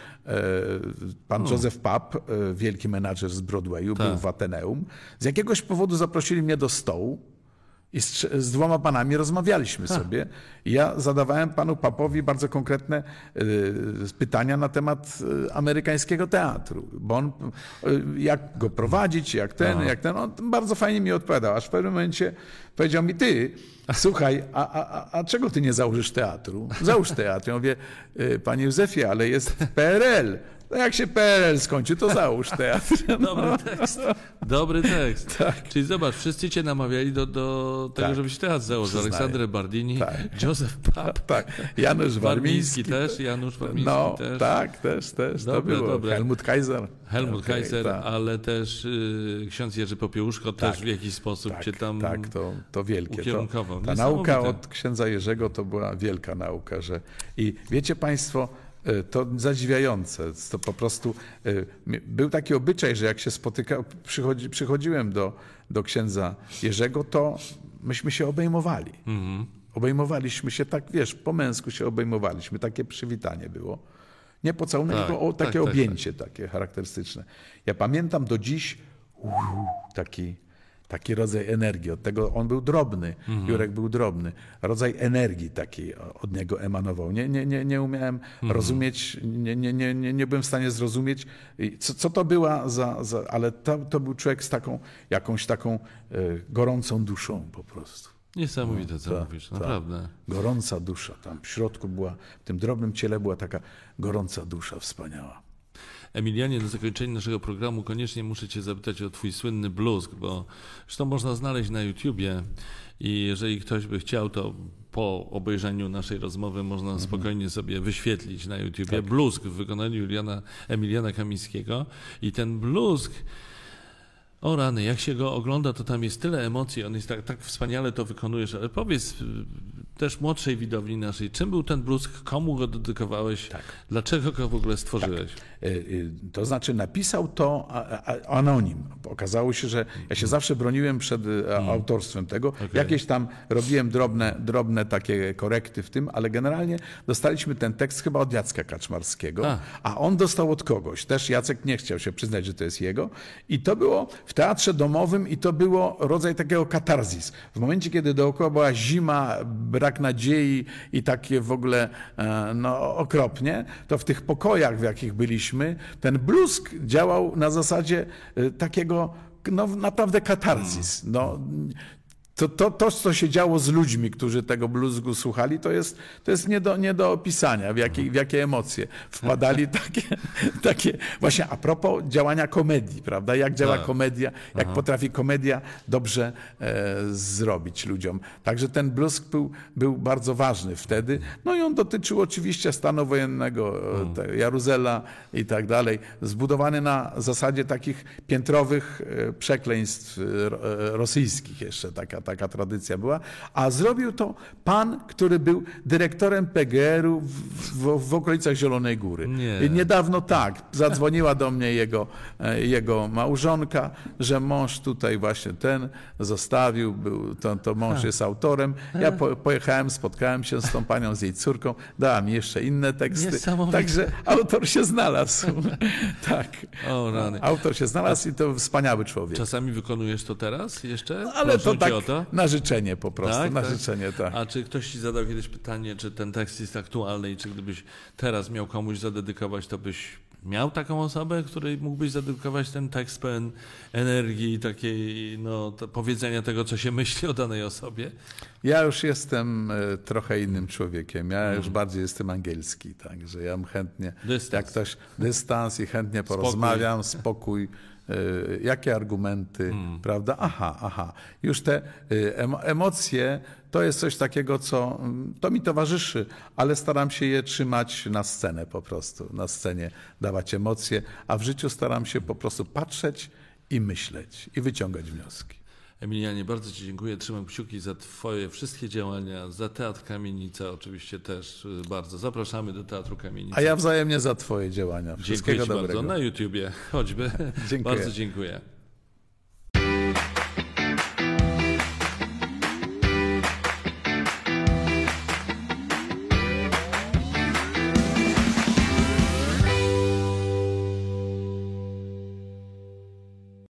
pan hmm. Józef Papp, wielki menadżer z Broadwayu, tak. był w Ateneum. Z jakiegoś powodu zaprosili mnie do stołu i z, z dwoma panami rozmawialiśmy ha. sobie. I ja zadawałem panu Papowi bardzo konkretne y, pytania na temat y, amerykańskiego teatru. Bo on, y, jak go prowadzić, jak ten, Aha. jak ten. On bardzo fajnie mi odpowiadał. Aż w pewnym momencie powiedział mi: ty, słuchaj, a, a, a czego ty nie założysz teatru? Załóż teatr. Ja mówię: y, panie Józefie, ale jest P R L. No jak się P R L skończy, to załóż teatr. No. Dobry tekst. Dobry tekst. Tak. Czyli zobacz, wszyscy cię namawiali do, do tego, tak. żebyś teatr założył. Aleksander Bardini, tak. Józef Papp. Tak. Janusz Warmiński też, Janusz Warmiński no, też. Tak, też, też. Dobre, to było. dobre. Helmut Kaiser. Helmut okay, Kaiser, tak. ale też y, ksiądz Jerzy Popiełuszko tak. też w jakiś sposób tak, cię tam Tak, to, to wielkie. ukierunkował. To, ta nauka od księdza Jerzego to była wielka nauka. Że... I wiecie państwo, to zadziwiające. To po prostu był taki obyczaj, że jak się spotyka, przychodzi, przychodziłem do, do księdza Jerzego, to myśmy się obejmowali. Mhm. Obejmowaliśmy się tak, wiesz, po męsku się obejmowaliśmy. Takie przywitanie było. Nie pocałunek, tak, tylko o, takie tak, objęcie, tak, tak. takie charakterystyczne. Ja pamiętam do dziś uu, taki Taki rodzaj energii. Od tego on był drobny, mhm. Jurek był drobny. Rodzaj energii takiej od niego emanował. Nie, nie, nie, nie umiałem mhm. rozumieć, nie, nie, nie, nie, nie byłem w stanie zrozumieć, co, co to była za... za ale to, to był człowiek z taką, jakąś taką e, gorącą duszą po prostu. Niesamowite, co ta, mówisz, naprawdę. Ta gorąca dusza. Tam w środku była, w tym drobnym ciele była taka gorąca dusza wspaniała. Emilianie, na zakończenie naszego programu koniecznie muszę cię zapytać o twój słynny bluzg, bo zresztą można znaleźć na YouTubie i jeżeli ktoś by chciał, to po obejrzeniu naszej rozmowy można mhm. spokojnie sobie wyświetlić na YouTubie tak. bluzg w wykonaniu Juliana, Emiliana Kamińskiego i ten bluzg, o rany, jak się go ogląda, to tam jest tyle emocji, on jest tak, tak wspaniale to wykonujesz, ale powiedz też młodszej widowni naszej, czym był ten bluzg, komu go dedykowałeś, tak. dlaczego go w ogóle stworzyłeś? Tak. To znaczy napisał to anonim. Okazało się, że ja się zawsze broniłem przed hmm. autorstwem tego. Okay. Jakieś tam robiłem drobne, drobne takie korekty w tym, ale generalnie dostaliśmy ten tekst chyba od Jacka Kaczmarskiego, a, a on dostał od kogoś. Też Jacek nie chciał się przyznać, że to jest jego. I to było w teatrze domowym i to było rodzaj takiego katarzis. W momencie, kiedy dookoła była zima, brak nadziei i takie w ogóle no, okropnie, to w tych pokojach, w jakich byliśmy, ten bluzg działał na zasadzie takiego no, naprawdę katarzis. No, To, to, to, co się działo z ludźmi, którzy tego bluzgu słuchali, to jest, to jest nie, do, nie do opisania, w jakie, w jakie emocje wpadali takie, takie... Właśnie a propos działania komedii, prawda? Jak działa tak. komedia, jak Aha. potrafi komedia dobrze e, zrobić ludziom. Także ten bluzg był, był bardzo ważny wtedy. No i on dotyczył oczywiście stanu wojennego, hmm. Jaruzela i tak dalej. Zbudowany na zasadzie takich piętrowych przekleństw rosyjskich jeszcze, taka taka tradycja była, a zrobił to pan, który był dyrektorem P G R u w, w, w okolicach Zielonej Góry. Nie. Niedawno tak, zadzwoniła do mnie jego, jego małżonka, że mąż tutaj właśnie ten zostawił, był, to, to mąż jest autorem. Ja po, pojechałem, spotkałem się z tą panią, z jej córką, dała mi jeszcze inne teksty, także autor się znalazł. tak, o, rany. Autor się znalazł i to wspaniały człowiek. Czasami wykonujesz to teraz jeszcze? No, ale to tak, to? Na życzenie po prostu, tak, na tak. życzenie, tak. A czy ktoś ci zadał kiedyś pytanie, czy ten tekst jest aktualny i czy gdybyś teraz miał komuś zadedykować, to byś miał taką osobę, której mógłbyś zadedykować ten tekst pełen energii, takiej, no, to powiedzenia tego, co się myśli o danej osobie? Ja już jestem trochę innym człowiekiem. Ja hmm. już bardziej jestem angielski, także ja bym chętnie, dystans. jak ktoś dystans i chętnie porozmawiam, spokój, spokój jakie argumenty, hmm. prawda? Aha, aha. Już te emocje to jest coś takiego, co to mi towarzyszy, ale staram się je trzymać na scenę po prostu, na scenie dawać emocje, a w życiu staram się po prostu patrzeć i myśleć i wyciągać wnioski. Emilianie, bardzo ci dziękuję. Trzymam kciuki za twoje wszystkie działania, za Teatr Kamienica oczywiście też bardzo. Zapraszamy do Teatru Kamienica. A ja wzajemnie za twoje działania. Wszystkiego dziękuję ci dobrego. bardzo. Na YouTubie choćby. Dziękuję. Bardzo dziękuję.